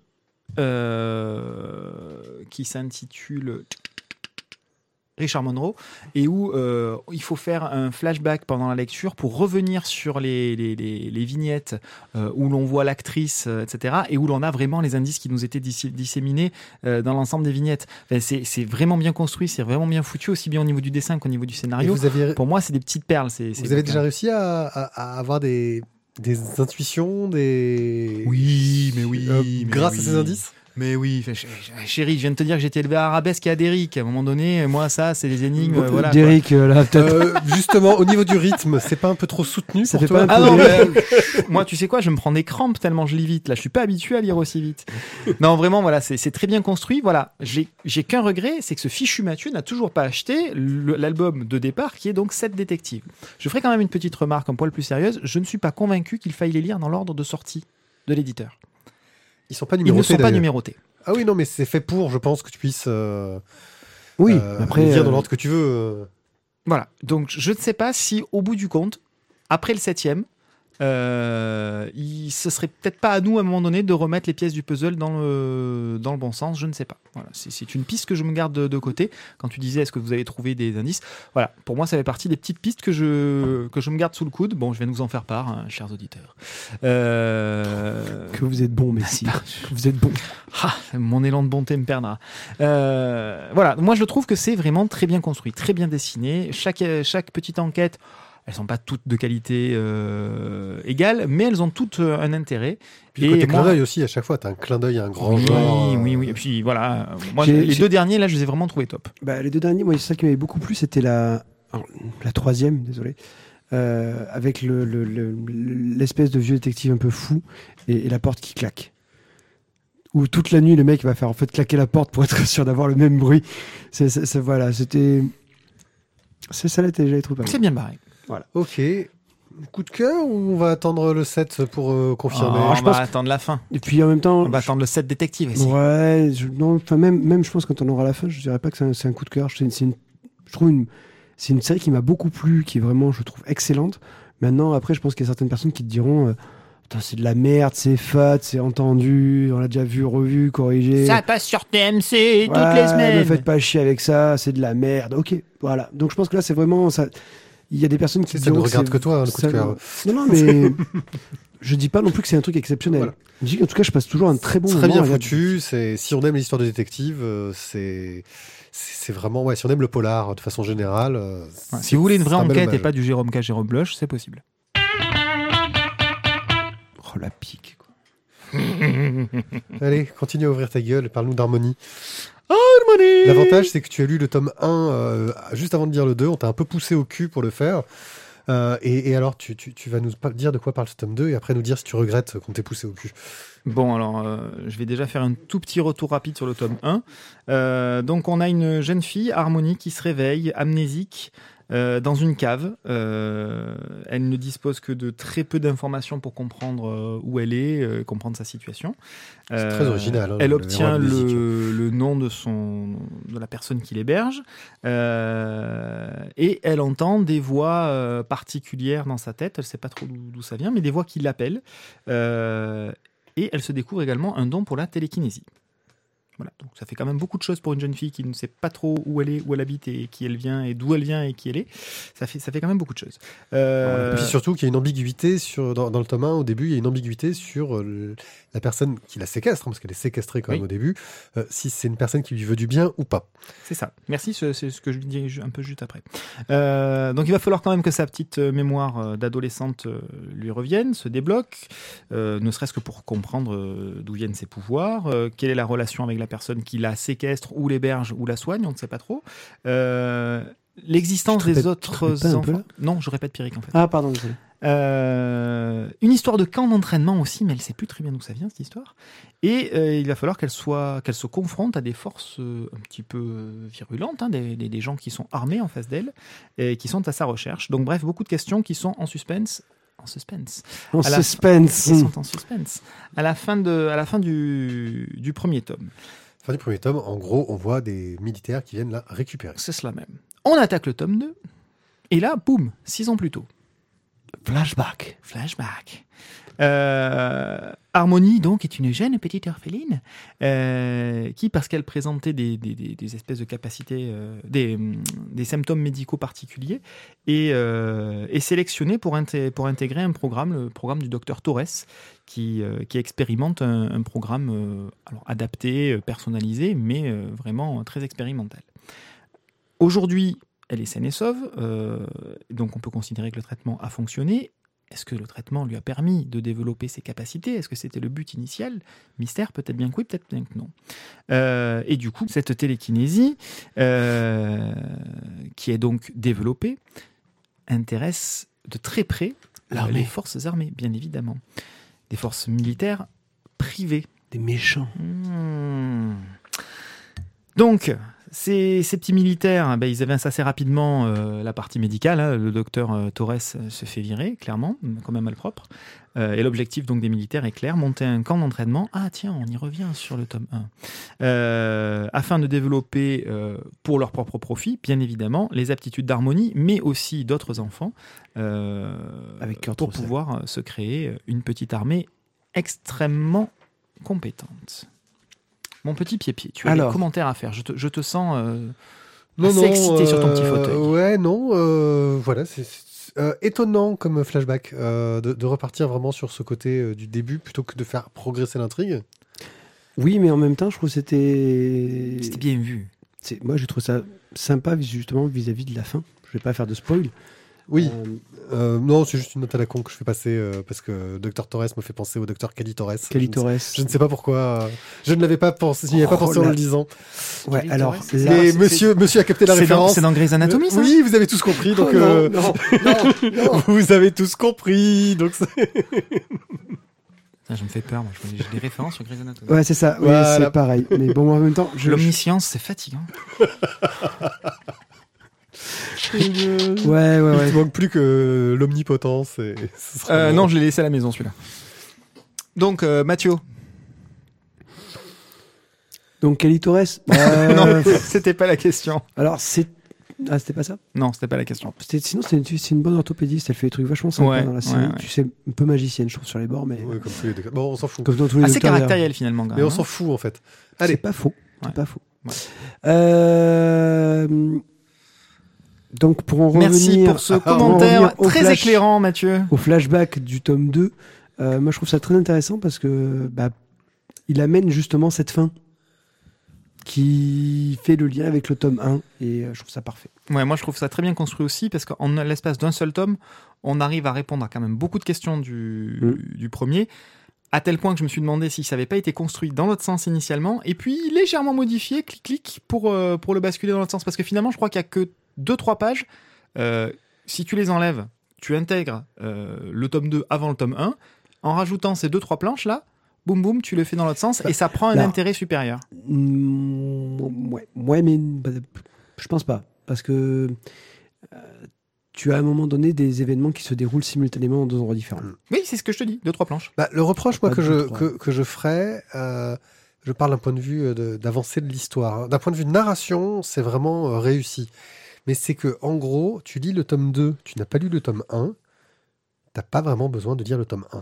B: euh, qui s'intitule Richard Monroe, et où euh, il faut faire un flashback pendant la lecture pour revenir sur les, les, les, les vignettes euh, où l'on voit l'actrice, euh, et cetera, et où l'on a vraiment les indices qui nous étaient dissi- disséminés euh, dans l'ensemble des vignettes. Enfin, c'est, c'est vraiment bien construit, c'est vraiment bien foutu, aussi bien au niveau du dessin qu'au niveau du
A: Et
B: scénario.
A: vous avez,
B: Pour moi, c'est des petites perles. C'est, c'est
A: vous avez
B: donc
A: déjà
B: un-
A: réussi à, à, à avoir des, des intuitions, des...
B: Oui, mais oui,
A: Euh,
B: mais
A: grâce
B: oui.
A: à ces indices.
B: Mais oui, fait, ch- ch- chérie, je viens de te dire que j'étais élevé à Arabesque et à Derrick. À un moment donné, moi, ça, c'est les énigmes.
C: Bon,
B: voilà, quoi.
C: Derrick, euh, là, peut-être.
A: Euh, justement, au niveau du rythme, c'est pas un peu trop soutenu
C: Ça
A: pour
C: fait
A: toi
C: pas
B: Ah
C: un
B: non,
C: peu
B: mais, moi, tu sais quoi, je me prends des crampes tellement je lis vite. Là, je suis pas habitué à lire aussi vite. Non, vraiment, voilà, c'est, c'est très bien construit. Voilà, j'ai, j'ai qu'un regret, c'est que ce fichu Mathieu n'a toujours pas acheté le- l'album de départ, qui est donc sept détectives. Je ferai quand même une petite remarque un poil plus sérieuse. Je ne suis pas convaincu qu'il faille les lire dans l'ordre de sortie de l'éditeur.
A: Ils sont pas
B: Ils
A: numérotés.
B: ne sont pas
A: d'ailleurs.
B: numérotés.
A: Ah oui, non, mais c'est fait pour, je pense, que tu puisses euh,
C: Oui,
A: euh,
C: après.
A: les lire
C: euh,
A: dans l'ordre que tu veux. euh.
B: Voilà, donc je ne sais pas si au bout du compte, après le septième, euh, il, ce serait peut-être pas à nous à un moment donné de remettre les pièces du puzzle dans le, dans le bon sens, je ne sais pas. Voilà, c'est, c'est une piste que je me garde de, de côté. Quand tu disais est-ce que vous avez trouvé des indices, voilà, pour moi ça fait partie des petites pistes que je, que je me garde sous le coude. Bon, je vais nous en faire part, hein, chers auditeurs. Euh...
C: Que vous êtes bon, messire. Que vous êtes bon.
B: Ah, mon élan de bonté me perdra. Euh, voilà, moi je trouve que c'est vraiment très bien construit, très bien dessiné. Chaque, chaque petite enquête, elles sont pas toutes de qualité euh, égale, mais elles ont toutes euh, un intérêt.
A: Puis le côté
B: moi-
A: clin d'œil aussi, à chaque fois, t'as un clin d'œil à un grand
B: oui,
A: genre. euh,
B: oui, oui. Et puis voilà, moi
C: J'ai-
B: les
C: j'ai-
B: deux derniers là, je les ai vraiment trouvés top.
C: Bah, les deux derniers, moi, c'est ça qui m'avait beaucoup plu, c'était la, alors, la troisième, désolé, euh, avec le, le- le- l'espèce de vieux détective un peu fou et, et la porte qui claque. Où toute la nuit, le mec va faire en fait claquer la porte pour être sûr d'avoir le même bruit. C'est, c'est- c'est- voilà, c'était. C'est ça, là, j'avais trouvé pas mal.
B: C'est bien barré.
A: Ok. Coup de cœur ou on va attendre le sept pour euh, confirmer
B: Oh,
C: je
B: on va
C: pense-
B: attendre la fin.
C: Et puis en même temps.
B: On va attendre le sept détective ici.
C: Ouais, je, non, enfin même, même je pense quand on aura la fin, je dirais pas que c'est un, c'est un coup de cœur. C'est une, c'est une- je trouve une, c'est une série qui m'a beaucoup plu, qui est vraiment, je trouve, excellente. Maintenant, après, je pense qu'il y a certaines personnes qui te diront, euh, putain, c'est de la merde, c'est fat, c'est entendu, on l'a déjà vu, revu, corrigé.
B: Ça passe sur T M C toutes
C: Ouais,
B: les
C: Ne
B: semaines.
C: faites pas chier avec ça, c'est de la merde. Ok, voilà. Donc je pense que là, c'est vraiment ça. Il y a des personnes qui
A: Ça ne
C: diront
A: regarde
C: c'est-
A: que toi, hein, le coup de
C: ça-
A: cœur.
C: Non, non, mais je dis pas non plus que c'est un truc exceptionnel.
A: Voilà.
C: Je dis qu'en tout cas, je passe toujours un très bon
A: Très
C: moment.
A: bien
C: à regarder.
A: foutu. C'est, si on aime l'histoire de détective, euh, c'est, c'est c'est vraiment. Ouais, si on aime le polar de façon générale. euh,
B: Ouais,
A: c'est-
B: si vous voulez une vraie
A: c'est un bel
B: enquête et
A: hommage.
B: pas du Jérôme K, Jérôme Bloch, c'est possible.
C: Oh la pique. Quoi.
A: Allez, continue à ouvrir ta gueule, parle-nous d'harmonie.
B: Harmonie.
A: L'avantage, c'est que tu as lu le tome un euh, juste avant de lire le deux, on t'a un peu poussé au cul pour le faire. Euh, et, et alors, tu, tu, tu vas nous pa- dire de quoi parle ce tome deux et après nous dire si tu regrettes qu'on t'ait poussé au cul.
B: Bon, alors, euh, je vais déjà faire un tout petit retour rapide sur le tome un. Euh, donc, on a une jeune fille, Harmonie, qui se réveille, amnésique, euh, dans une cave. Euh, elle ne dispose que de très peu d'informations pour comprendre euh, où elle est, euh, comprendre sa situation.
A: C'est très original, hein,
B: elle
A: le
B: obtient
A: héros de musique.
B: le, le nom de, son, de la personne qui l'héberge. Euh, et elle entend des voix euh, particulières dans sa tête. Elle ne sait pas trop d'où, d'où ça vient, mais des voix qui l'appellent. Euh, Et elle se découvre également un don pour la télékinésie. Voilà, donc ça fait quand même beaucoup de choses pour une jeune fille qui ne sait pas trop où elle est, où elle habite et qui elle vient et d'où elle vient et qui elle est. Ça fait, ça fait quand même beaucoup de choses. Euh,
A: Et puis surtout qu'il y a une ambiguïté sur, dans, dans le tome un, au début, il y a une ambiguïté sur euh, le- la personne qui la séquestre, hein, parce qu'elle est séquestrée quand
B: Oui.
A: même au début, euh, si c'est une personne qui lui veut du bien ou pas.
B: C'est ça. Merci, c'est c'est ce que je dis un peu juste après. Euh, donc il va falloir quand même que sa petite euh, mémoire euh, d'adolescente euh, lui revienne, se débloque, euh, ne serait-ce que pour comprendre euh, d'où viennent ses pouvoirs, euh, quelle est la relation avec la personne qui la séquestre ou l'héberge ou la soigne, on ne sait pas trop. Euh, L'existence
C: Tu te
B: des
C: répètes- tu te
B: autres
C: répètes pas un peu,
B: enfants.
C: là
B: Non, je répète Pierrick en fait.
C: Ah, pardon, désolé.
B: Euh, une histoire de camp d'entraînement aussi, mais elle sait plus très bien d'où ça vient cette histoire. Et euh, il va falloir qu'elle soit, qu'elle se confronte à des forces euh, un petit peu euh, virulentes, hein, des, des, des gens qui sont armés en face d'elle et qui sont à sa recherche. Donc bref, beaucoup de questions qui sont en suspense en suspense.
C: En
B: À la
C: suspense.
B: Ils sont en suspense. À la fin, de, à la fin du, du premier tome.
A: Fin du premier tome, en gros, on voit des militaires qui viennent la récupérer.
B: C'est cela même. On attaque le tome deux. Et là, boum, six ans plus tôt.
C: Flashback.
B: Flashback. Euh, Harmonie, donc, est une jeune petite orpheline euh, qui, parce qu'elle présentait des, des, des, des espèces de capacités, euh, des, des symptômes médicaux particuliers, est, euh, est sélectionnée pour, inté- pour intégrer un programme, le programme du docteur Torres, qui, euh, qui expérimente un, un programme euh, alors, adapté, euh, personnalisé, mais euh, vraiment très expérimental. Aujourd'hui, elle est saine et sauve, euh, donc on peut considérer que le traitement a fonctionné. Est-ce que le traitement lui a permis de développer ses capacités ? Est-ce que c'était le but initial ? Mystère, peut-être bien que oui, peut-être bien que non. Euh, et du coup, cette télékinésie, euh, qui est donc développée, intéresse de très près
C: L'armée.
B: les forces armées, bien évidemment. Des forces militaires privées.
C: Des méchants.
B: Mmh. Donc, ces, ces petits militaires, ben, ils évincent assez rapidement euh, la partie médicale. Hein. Le docteur euh, Torres euh, se fait virer, clairement, quand même malpropre. Euh, et l'objectif donc des militaires est clair, monter un camp d'entraînement. Ah tiens, on y revient sur le tome un. Euh, afin de développer, euh, pour leur propre profit, bien évidemment, les aptitudes d'harmonie, mais aussi d'autres enfants, euh,
C: Avec Kurt
B: pour
C: Russell.
B: pouvoir se créer une petite armée extrêmement compétente. Mon petit pied-pied, tu as
C: Alors.
B: des commentaires à faire. Je te, je te sens euh,
A: Non,
B: assez
A: non,
B: excité sur ton petit
A: euh,
B: fauteuil.
A: Ouais, non, euh, voilà, c'est c'est, euh, étonnant comme flashback euh, de, de repartir vraiment sur ce côté euh, du début plutôt que de faire progresser l'intrigue.
C: Oui, mais en même temps, je trouve que c'était.
B: C'était bien vu.
C: C'est- Moi, je trouve ça sympa, justement, vis-à-vis de la fin. Je vais pas faire de spoil.
A: Oui,
C: Euh,
A: euh, non, c'est juste une note à la con que je fais passer euh, parce que docteur Torres me fait penser au docteur Cali Torres.
C: Cali
A: Je ne-
C: Torres.
A: Je ne sais pas pourquoi. euh, je ne l'avais pas pensé, je n'y avais pas
C: Oh
A: pensé en
C: là.
A: le lisant.
C: Ouais,
B: Cali
C: alors.
B: Torres,
C: là-
A: Mais
B: c'est-
A: monsieur, monsieur a capté la
B: C'est dans,
A: référence.
B: c'est dans Grey's Anatomy, ça ?
A: Oui, vous avez tous compris. Donc,
C: Oh, non,
A: euh,
C: non, non, non.
A: vous avez tous compris. Donc, c'est-
B: Ça, je me fais peur, moi. Je j'ai des références sur Grey's Anatomy.
C: Ouais, c'est ça. Oui,
A: Voilà.
C: c'est pareil. Mais bon, en même temps, je.
B: L'omniscience, c'est fatigant.
C: je- Ouais, ouais,
A: il
C: ouais.
A: te manque plus que l'omnipotence. Et ce sera
B: Euh,
A: bon.
B: non, je l'ai laissé à la maison, celui-là. Donc, euh, Mathieu.
C: Donc, Cali Torres. euh,
B: non, c'était pas la question.
C: Alors, c'est. Ah, c'était pas ça.
B: Non, c'était pas la question.
C: C'était- Sinon, c'est une, c'est une bonne orthopédiste. Elle fait des trucs vachement sympas
B: Ouais,
C: dans la série.
B: ouais, ouais.
C: Tu sais, un peu magicienne, je trouve, sur les bords, mais.
A: Ouais, comme tous les deux. Bon, on s'en fout.
C: Comme dans tous les
B: Assez
C: docteurs, d'ailleurs.
B: caractériel, finalement. quand
A: Mais
B: même,
A: on s'en
B: hein.
A: fout en fait.
C: C'est
A: Allez.
C: pas faux. C'est
B: Ouais.
C: pas faux.
B: Ouais.
C: Euh, Donc, pour en revenir.
B: Merci pour ce
C: en
B: commentaire
C: revenir au
B: très
C: flash-
B: éclairant, Mathieu.
C: Au flashback du tome deux, euh, moi je trouve ça très intéressant parce que bah, il amène justement cette fin qui fait le lien avec le tome un et euh, je trouve ça parfait.
B: Ouais, moi je trouve ça très bien construit aussi parce qu'en l'espace d'un seul tome, on arrive à répondre à quand même beaucoup de questions du,
C: Mm.
B: du premier, à tel point que je me suis demandé si ça n'avait pas été construit dans l'autre sens initialement, et puis légèrement modifié, clic-clic, pour, euh, pour le basculer dans l'autre sens. Parce que finalement, je crois qu'il n'y a que deux trois pages. Euh, si tu les enlèves, tu intègres euh, le tome deux avant le tome un, en rajoutant ces deux trois planches là, boum boum, tu le fais dans l'autre sens, et ça prend un
C: Là.
B: intérêt supérieur.
C: Mm, ouais, ouais, mais bah, je pense pas parce que euh, tu as à un moment donné des événements qui se déroulent simultanément dans deux endroits différents.
B: Oui, c'est ce que je te dis, deux trois planches.
A: Bah, le reproche moi
C: Pas
A: que
C: du
A: je
C: tout,
A: que, que je ferais, euh, je parle d'un point de vue euh, de- d'avancée de l'histoire. hein. D'un point de vue de narration, c'est vraiment euh, réussi. Mais c'est que en gros, tu lis le tome deux, tu n'as pas lu le tome un, t'as pas vraiment besoin de lire le tome un.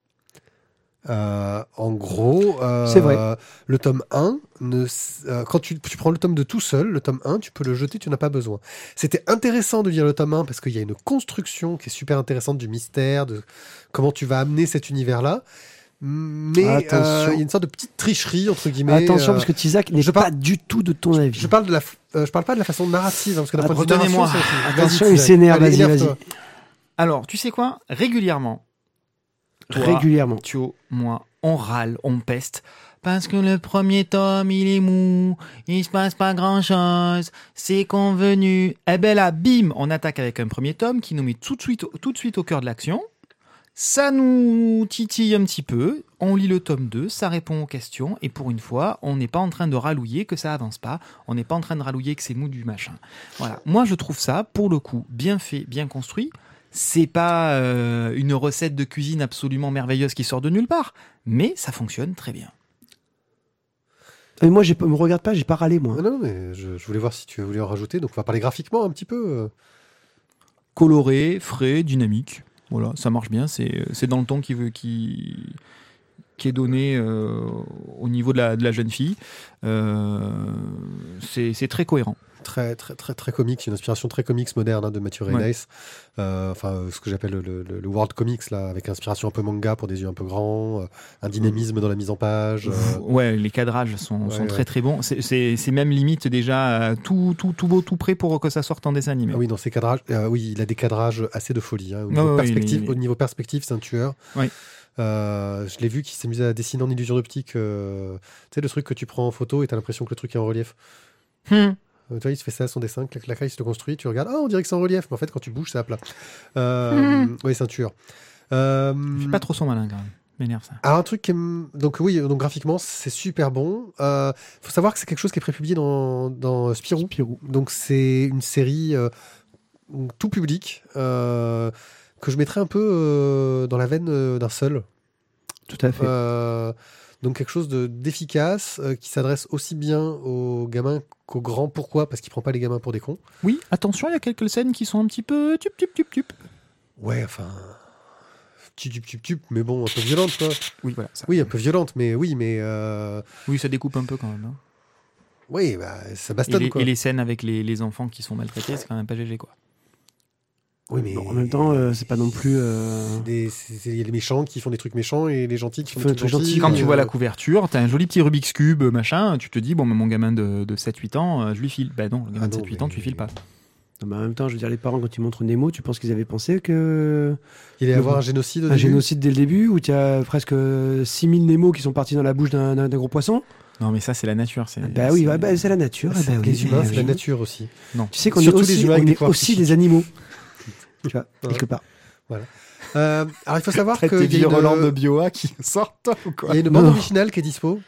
A: Euh, en gros, euh,
C: C'est vrai.
A: le tome un, ne, s- euh, quand tu, tu prends le tome deux tout seul, le tome un, tu peux le jeter, tu n'as pas besoin. C'était intéressant de lire le tome un parce qu'il y a une construction qui est super intéressante du mystère, de comment tu vas amener cet univers-là. Mais euh,
C: Attention.
A: il y a une sorte de petite tricherie, entre guillemets.
C: Attention
A: euh,
C: parce que Tizak n'est
A: je
C: pas
A: par-
C: du tout de ton avis.
A: je parle de la, f- euh, je parle pas de la façon narrative, hein, parce que d'un
C: Ah,
A: point de vue
B: redonnez-moi.
A: narration, c'est- vas-y,
C: Attention, il
A: Tizak.
C: s'énerve,
A: Allez,
C: vas-y,
A: énerve-toi.
B: Alors, tu sais quoi ? Régulièrement, toi,
C: Régulièrement.
B: Thio, moi, on râle, on peste. Parce que le premier tome, il est mou, il se passe pas grand chose, c'est convenu. Eh ben là, bim, on attaque avec un premier tome qui nous met tout de suite, tout de suite au cœur de l'action. Ça nous titille un petit peu, on lit le tome deux, ça répond aux questions, et pour une fois, on n'est pas en train de rallouiller que ça avance pas, on n'est pas en train de rallouiller que c'est mou du machin. Voilà. Moi, je trouve ça, pour le coup, bien fait, bien construit. C'est pas euh, une recette de cuisine absolument merveilleuse qui sort de nulle part, mais ça fonctionne très bien.
C: Et moi, je me regarde pas, j'ai pas râlé, moi.
A: Ah non, mais je, je voulais voir si tu voulais en rajouter. Donc, on va parler graphiquement un petit peu.
B: Coloré, frais, dynamique. Voilà, ça marche bien. C'est, c'est dans le ton qui, veut, qui, qui est donné euh, au niveau de la, de la jeune fille. Euh, c'est, c'est très cohérent.
A: Très, très, très, très comique. Une inspiration très comics moderne hein, de Matthew Reynes. Ouais. Euh, enfin, ce que j'appelle le, le, le world comics, là, avec inspiration un peu manga pour des yeux un peu grands, euh, un dynamisme mmh. dans la mise en page. Euh...
B: Ouais, les cadrages sont, ouais, sont ouais. très très bons. C'est, c'est, c'est même limite déjà tout, tout, tout beau, tout prêt pour que ça sorte en dessin animé.
A: Ah oui, dans ces cadrages, euh, oui, il a des cadrages assez de folie. Hein. Au, niveau oh, perspective, oui, il... au niveau perspective, c'est un tueur.
B: Oui.
A: Euh, je l'ai vu qui s'amusait à dessiner en illusion d'optique. Euh, tu sais, le truc que tu prends en photo et t'as l'impression que le truc est en relief.
B: Hmm.
A: Tu vois, il se fait ça à son dessin, clac, clac, il se le construit, tu regardes, ah, on dirait que c'est en relief, mais en fait, quand tu bouges, c'est à plat. Euh, mmh. Oui, c'est un tueur. Euh,
B: je fais pas trop son malin, quand même. M'énerve, ça.
A: Alors, un truc qui est... Donc, oui, donc, graphiquement, c'est super bon. Il euh, faut savoir que c'est quelque chose qui est prépublié dans, dans Spirou. Spirou. Donc, c'est une série euh, tout public euh, que je mettrais un peu euh, dans la veine euh, d'un seul.
C: Tout à fait.
A: Euh, donc, quelque chose de, d'efficace euh, qui s'adresse aussi bien aux gamins qu'aux grands. Pourquoi ? Parce qu'il prend pas les gamins pour des cons.
B: Oui, attention, il y a quelques scènes qui sont un petit peu tup tup tup tup.
A: Ouais, enfin, tup tup tup tup, mais bon, un peu violente, quoi.
B: Oui, voilà. Ça.
A: Oui, un peu violente, mais oui, mais. Euh...
B: Oui, ça découpe un peu quand même. Hein.
A: Oui, bah, ça bastonne,
B: et les,
A: quoi.
B: Et les scènes avec les, les enfants qui sont maltraités, c'est quand même pas G G, quoi.
A: Oui, mais
C: bon, en même temps, euh, c'est pas non plus. Euh...
A: Il y a les méchants qui font des trucs méchants et les gentils qui font des trucs gentils.
B: Quand
A: et
B: tu
A: euh...
B: vois la couverture, t'as un joli petit Rubik's Cube, machin, tu te dis, bon, mais mon gamin de, de sept huit ans, je lui file. Ben non, le gamin ah de sept huit mais... ans, tu lui files pas.
C: Non, mais en même temps, je veux dire, les parents, quand ils montrent Nemo, tu penses qu'ils avaient pensé que.
A: Il allait y avoir un génocide au
C: Un
A: début.
C: génocide dès le début, où tu as presque six mille Nemo qui sont partis dans la bouche d'un, d'un, d'un gros poisson.
B: Non, mais ça, c'est la nature. C'est,
C: bah oui,
B: c'est...
C: Ouais, bah, c'est la nature.
A: C'est
C: bah,
A: les
C: oui,
A: humains,
C: oui,
A: c'est
C: oui.
A: la nature aussi.
C: Non. Tu sais qu'on Surtout est aussi, on est aussi des animaux. Tu vois, ouais. quelque part.
A: Voilà. Euh, alors il faut savoir
B: que
A: il y a
B: une Roland de Bioa qui sortent ou quoi.
A: Il y a une bande originale qui est dispo.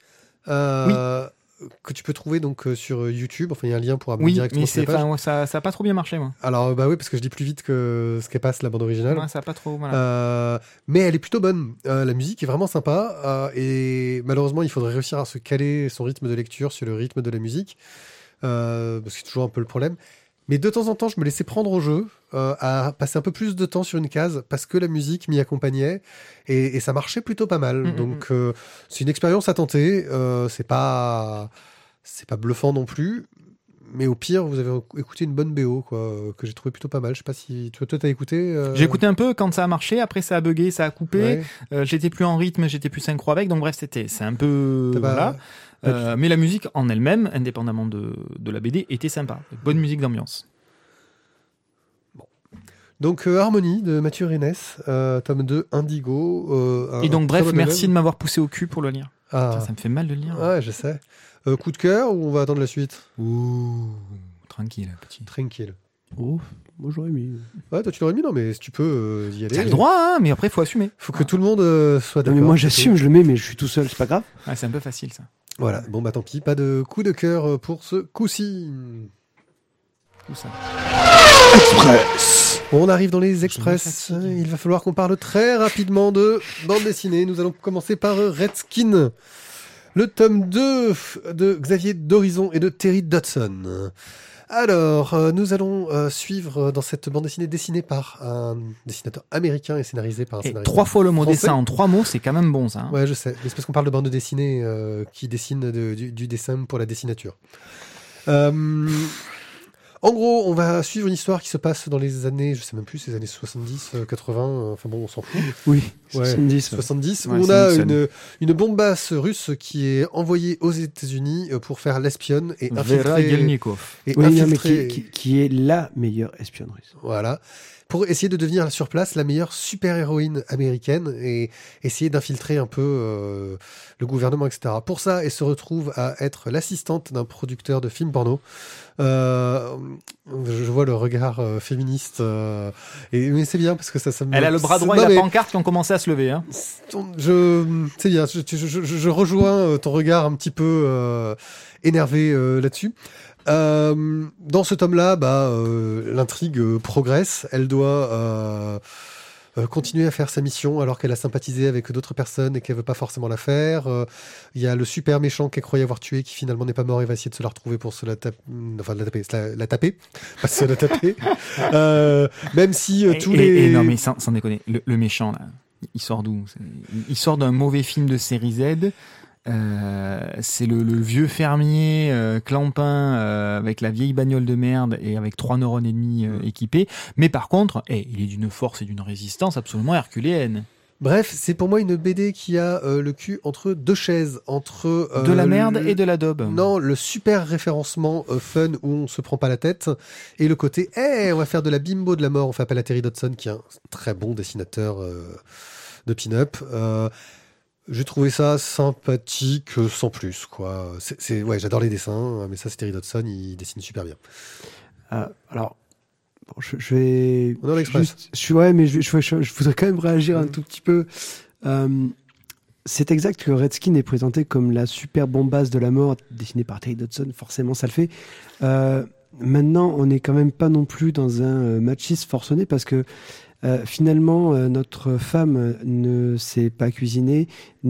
A: Euh, oui. Que tu peux trouver donc euh, sur YouTube. Enfin, il y a un lien pour amener
B: oui,
A: directement
B: mais
A: sur la
B: page. Ouais, ça, ça a pas trop bien marché, moi.
A: Alors bah oui, parce que je dis plus vite que ce qu'elle passe la bande originale.
B: Ouais, ça a pas trop. Voilà.
A: Euh, mais elle est plutôt bonne. Euh, la musique est vraiment sympa euh, et malheureusement, il faudrait réussir à se caler son rythme de lecture sur le rythme de la musique, euh, parce que c'est toujours un peu le problème. Mais de temps en temps, je me laissais prendre au jeu, euh, à passer un peu plus de temps sur une case, parce que la musique m'y accompagnait, et, et ça marchait plutôt pas mal. Mmh, Donc, euh, c'est une expérience à tenter. Euh, c'est pas, c'est pas bluffant non plus, mais au pire, vous avez écouté une bonne B O, quoi, que j'ai trouvé plutôt pas mal. Je sais pas si toi, toi t'as écouté. Euh...
B: J'ai écouté un peu quand ça a marché. Après, ça a bugué, ça a coupé. Ouais. Euh, j'étais plus en rythme, j'étais plus synchro avec. Donc bref, c'était, c'est un peu T'as voilà. Pas... Euh, mais la musique en elle-même, indépendamment de, de la B D, était sympa. Bonne musique d'ambiance.
A: Bon. Donc, euh, Harmonie de Mathieu Reynes, euh, tome deux, Indigo. Euh, un,
B: Et donc, bref, merci
A: domaine.
B: de m'avoir poussé au cul pour le lire.
A: Ah.
B: Putain, ça me fait mal de le lire.
A: Ouais, je sais. Euh, coup de cœur ou on va attendre la suite ?
B: Ouh, tranquille, petit.
A: Tranquille.
C: Oh, moi j'aurais mis.
A: Ouais, toi tu l'aurais mis, non, mais si tu peux euh, y aller.
B: T'as le droit, hein, mais après, il faut assumer.
A: Faut que ah. tout le monde euh, soit d'accord.
C: Non, mais moi j'assume, je le mets, mais je suis tout seul, c'est pas grave.
B: Ah, c'est un peu facile, ça.
A: Voilà, bon bah tant pis, pas de coup de cœur pour ce coup-ci.
B: Où ça ?
A: Express. On arrive dans les express. Il va falloir qu'on parle très rapidement de bande dessinée. Nous allons commencer par Redskin, le tome deux de Xavier d'Horizon et de Terry Dodson. Alors, euh, nous allons euh, suivre dans cette bande dessinée dessinée par un dessinateur américain et scénarisé par un
B: et
A: scénariste
B: trois fois le mot
A: français.
B: Dessin en trois mots, c'est quand même bon, ça. Hein.
A: Ouais, je sais. Mais c'est parce qu'on parle de bande dessinée euh, qui dessine de, du, du dessin pour la dessinature. Euh, en gros, on va suivre une histoire qui se passe dans les années, je sais même plus, les années soixante-dix, quatre-vingts, enfin bon, on s'en fout.
C: Oui,
A: ouais,
C: soixante-dix.
A: soixante-dix,
B: ouais,
A: où on a une, une bombasse russe qui est envoyée aux États-Unis pour faire l'espionne et
B: Vera
A: infiltrer...
B: Yelnikov.
A: Et
C: oui,
A: infiltrer...
C: non, mais qui, qui, qui est la meilleure espionne russe.
A: Voilà. Pour essayer de devenir sur place la meilleure super-héroïne américaine et essayer d'infiltrer un peu euh, le gouvernement, et cetera. Pour ça, elle se retrouve à être l'assistante d'un producteur de films porno. Euh, je vois le regard euh, féministe, euh, et, mais c'est bien parce que ça, ça me...
B: Elle a le bras droit
A: non,
B: et
A: mais...
B: la pancarte qui ont commencé à se lever. Hein.
A: Je, c'est bien, je, je, je, je rejoins ton regard un petit peu euh, énervé euh, là-dessus. Euh, dans ce tome-là, bah, euh, l'intrigue euh, progresse. Elle doit euh, euh, continuer à faire sa mission alors qu'elle a sympathisé avec d'autres personnes et qu'elle veut pas forcément la faire. Il euh, y a le super méchant qu'elle croyait avoir tué qui finalement n'est pas mort et va essayer de se la retrouver pour se la taper, enfin de la taper, la, la taper, pas se la taper. euh, même si euh, tous
B: et,
A: les
B: et, et non mais sans, sans déconner, le, le méchant là, il sort d'où? Il sort d'un mauvais film de série Z. Euh, c'est le, le vieux fermier euh, clampin euh, avec la vieille bagnole de merde et avec trois neurones et demi euh, équipés. Mais par contre, hey, il est d'une force et d'une résistance absolument herculéenne.
A: Bref, c'est pour moi une B D qui a euh, le cul entre deux chaises, entre euh,
B: de la merde
A: le...
B: et de la daube.
A: Non, le super référencement euh, fun où on se prend pas la tête, et le côté, hey, on va faire de la bimbo de la mort. On fait appel à Terry Dodson, qui est un très bon dessinateur euh, de pin-up. Euh, J'ai trouvé ça sympathique sans plus, quoi. C'est, c'est, ouais, j'adore les dessins, mais ça, c'est Terry Dodson, il dessine super bien.
C: Euh, alors, bon, je, je vais.
A: On est dans l'Express.
C: Juste, je suis ouais, mais je, je, je, je voudrais quand même réagir mmh. un tout petit peu. Euh, c'est exact que Redskin est présenté comme la super bombasse de la mort, dessinée par Terry Dodson. Forcément, ça le fait. Euh, maintenant, on n'est quand même pas non plus dans un machisme forcené parce que. Euh, finalement, euh, notre femme ne sait pas cuisiner,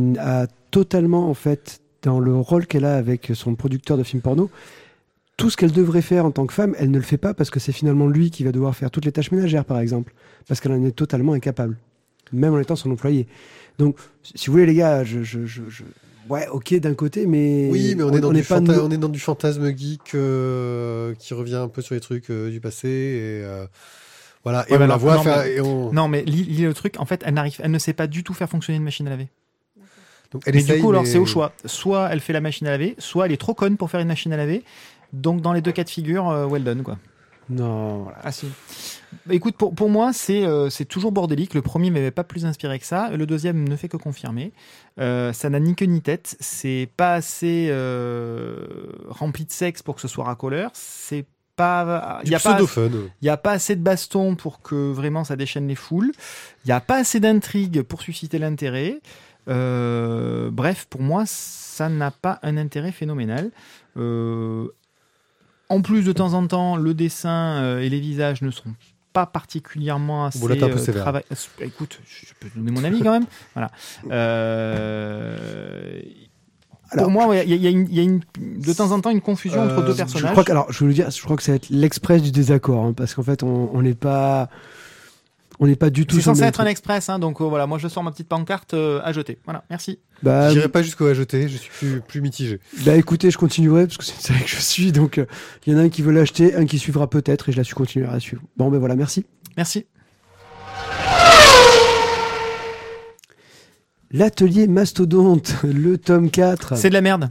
C: a totalement, en fait, dans le rôle qu'elle a avec son producteur de films porno, tout ce qu'elle devrait faire en tant que femme, elle ne le fait pas parce que c'est finalement lui qui va devoir faire toutes les tâches ménagères, par exemple, parce qu'elle en est totalement incapable, même en étant son employé. Donc, si vous voulez, les gars, je... je, je, je... Ouais, ok, d'un côté, mais...
A: Oui, mais on, on est, dans
C: on
A: du
C: est pas
A: fanta-
C: de...
A: on est dans du fantasme geek euh, qui revient un peu sur les trucs euh, du passé, et... Euh... Voilà, et
B: ouais,
A: on
B: alors,
A: la voit
B: non,
A: faire.
B: Mais,
A: et on...
B: non, mais lis, lis le truc, en fait, elle, n'arrive, elle ne sait pas du tout faire fonctionner une machine à laver.
A: Donc, elle
B: mais
A: essaye,
B: du coup, alors,
A: mais...
B: c'est au choix. Soit elle fait la machine à laver, soit elle est trop conne pour faire une machine à laver. Donc, dans les deux cas de figure, euh, well done, quoi.
C: Non, voilà.
B: Ah si. Bah, écoute, pour, pour moi, c'est, euh, c'est toujours bordélique. Le premier m'avait pas plus inspiré que ça. Le deuxième ne fait que confirmer. Euh, ça n'a ni queue ni tête. C'est pas assez euh, rempli de sexe pour que ce soit racoleur. C'est pas, il y a pas, il y a pas assez de baston pour que vraiment ça déchaîne les foules. Il y a pas assez d'intrigue pour susciter l'intérêt. Euh, bref, pour moi, ça n'a pas un intérêt phénoménal. Euh, en plus, de temps en temps, le dessin euh, et les visages ne sont pas particulièrement assez
A: euh,
B: travail. Écoute, je peux donner mon avis quand même. Voilà. Euh... Alors, pour moi, il ouais, y, y, y a une, de temps en temps une confusion euh, entre deux personnages.
C: Je crois que, alors, je veux le dire, je crois que ça va être l'express du désaccord, hein, parce qu'en fait, on n'est pas, on n'est pas du tout.
B: C'est censé être truc. Un express, hein, donc euh, voilà, moi je sors ma petite pancarte euh, à jeter. Voilà, merci.
A: Bah, j'irai pas jusqu'au à jeter, je suis plus, plus mitigé.
C: Bah écoutez, je continuerai parce que c'est ça que je suis, donc il euh, y en a un qui veut l'acheter, un qui suivra peut-être, et je la suis continuer à la suivre. Bon, ben voilà, merci.
B: Merci.
C: L'atelier Mastodonte, le tome quatre.
B: C'est de la merde.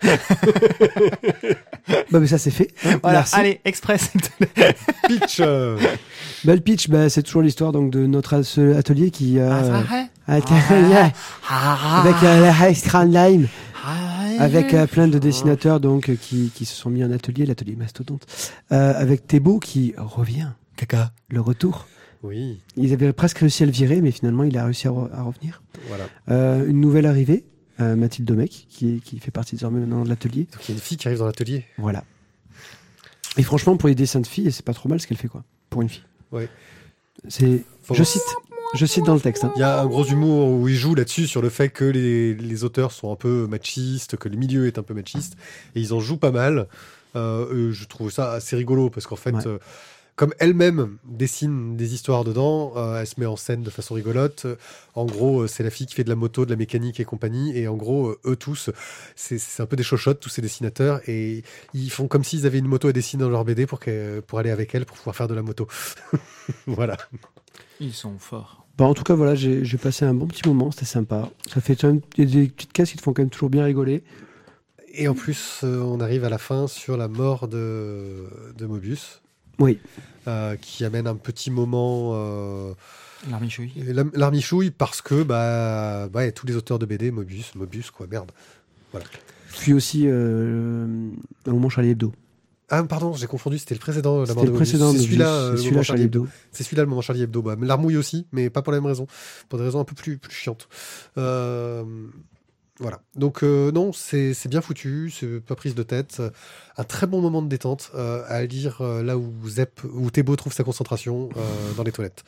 C: Bah mais ça c'est fait.
B: Voilà, merci. Allez, express.
A: Pitch. Euh...
C: Bah le pitch, bah c'est toujours l'histoire donc de notre atelier qui a euh,
B: ah,
C: atelier, ah, avec euh, la High Strand Line, ah, avec euh, plein de dessinateurs donc qui qui se sont mis en atelier, l'atelier Mastodonte, euh, avec Thébault qui revient.
A: Caca.
C: Le retour.
A: Oui.
C: Ils avaient presque réussi à le virer, mais finalement, il a réussi à, re- à revenir.
A: Voilà.
C: Euh, une nouvelle arrivée, euh, Mathilde Domecq, qui, qui fait partie désormais maintenant de l'atelier.
A: Donc il y a une fille qui arrive dans l'atelier.
C: Voilà. Et franchement, pour les dessins de filles, c'est pas trop mal ce qu'elle fait, quoi. Pour une fille.
A: Ouais.
C: C'est. Faut je cite. Je cite dans le texte. Hein.
A: Il y a un gros humour où il joue là-dessus sur le fait que les, les auteurs sont un peu machistes, que le milieu est un peu machiste, et ils en jouent pas mal. Euh, je trouve ça assez rigolo parce qu'en fait. Ouais. Euh, Comme elle-même dessine des histoires dedans, euh, elle se met en scène de façon rigolote. En gros, c'est la fille qui fait de la moto, de la mécanique et compagnie. Et en gros, eux tous, c'est, c'est un peu des chochottes, tous ces dessinateurs. Et ils font comme s'ils avaient une moto à dessiner dans leur B D pour, pour aller avec elle, pour pouvoir faire de la moto. Voilà.
B: Ils sont forts.
C: Bah, en tout cas, voilà, j'ai, j'ai passé un bon petit moment. C'était sympa. Ça fait quand même des petites cases qui te font quand même toujours bien rigoler.
A: Et en plus, euh, on arrive à la fin sur la mort de, de Mobius.
C: Oui.
A: Euh, qui amène un petit moment. Euh,
B: L'armichouille.
A: L'armichouille, parce que bah, bah, tous les auteurs de B D, Mobius, Mobius, quoi, merde. Voilà.
C: Puis aussi, euh, un moment Charlie Hebdo.
A: Ah, pardon, j'ai confondu, c'était le précédent,
C: c'était
A: la mort de
C: le précédent
A: Mobius. C'est celui-là,
C: c'est
A: le
C: celui-là
A: moment
C: Charlie Hebdo.
A: C'est celui-là, le moment Charlie Hebdo. Bah, L'Armouille aussi, mais pas pour la même raison. Pour des raisons un peu plus, plus chiantes. Euh, Voilà. Donc euh, non, c'est, c'est bien foutu, c'est pas prise de tête. Un très bon moment de détente euh, à lire euh, là où Zep, où Thébo trouve sa concentration euh, dans les toilettes.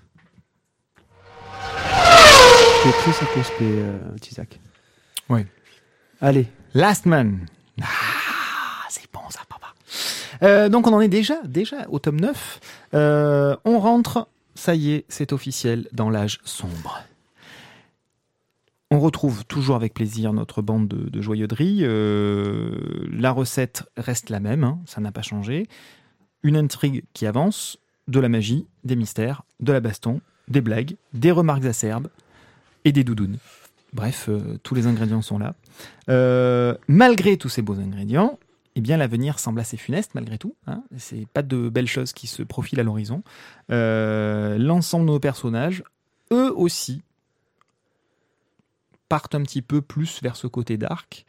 C: Tu es très circonspect, euh, Tizak.
B: Oui.
C: Allez.
B: Last Man. Ah, c'est bon ça, papa. Euh, donc on en est déjà, déjà au tome neuf. Euh, on rentre, ça y est, c'est officiel, dans l'âge sombre. On retrouve toujours avec plaisir notre bande de, de joyauderie. Euh, la recette reste la même, hein, ça n'a pas changé. Une intrigue qui avance, de la magie, des mystères, de la baston, des blagues, des remarques acerbes et des doudounes. Bref, euh, tous les ingrédients sont là. Euh, malgré tous ces beaux ingrédients, eh bien, l'avenir semble assez funeste malgré tout. Hein. C'est pas de belles choses qui se profilent à l'horizon. Euh, l'ensemble de nos personnages, eux aussi, partent un petit peu plus vers ce côté dark.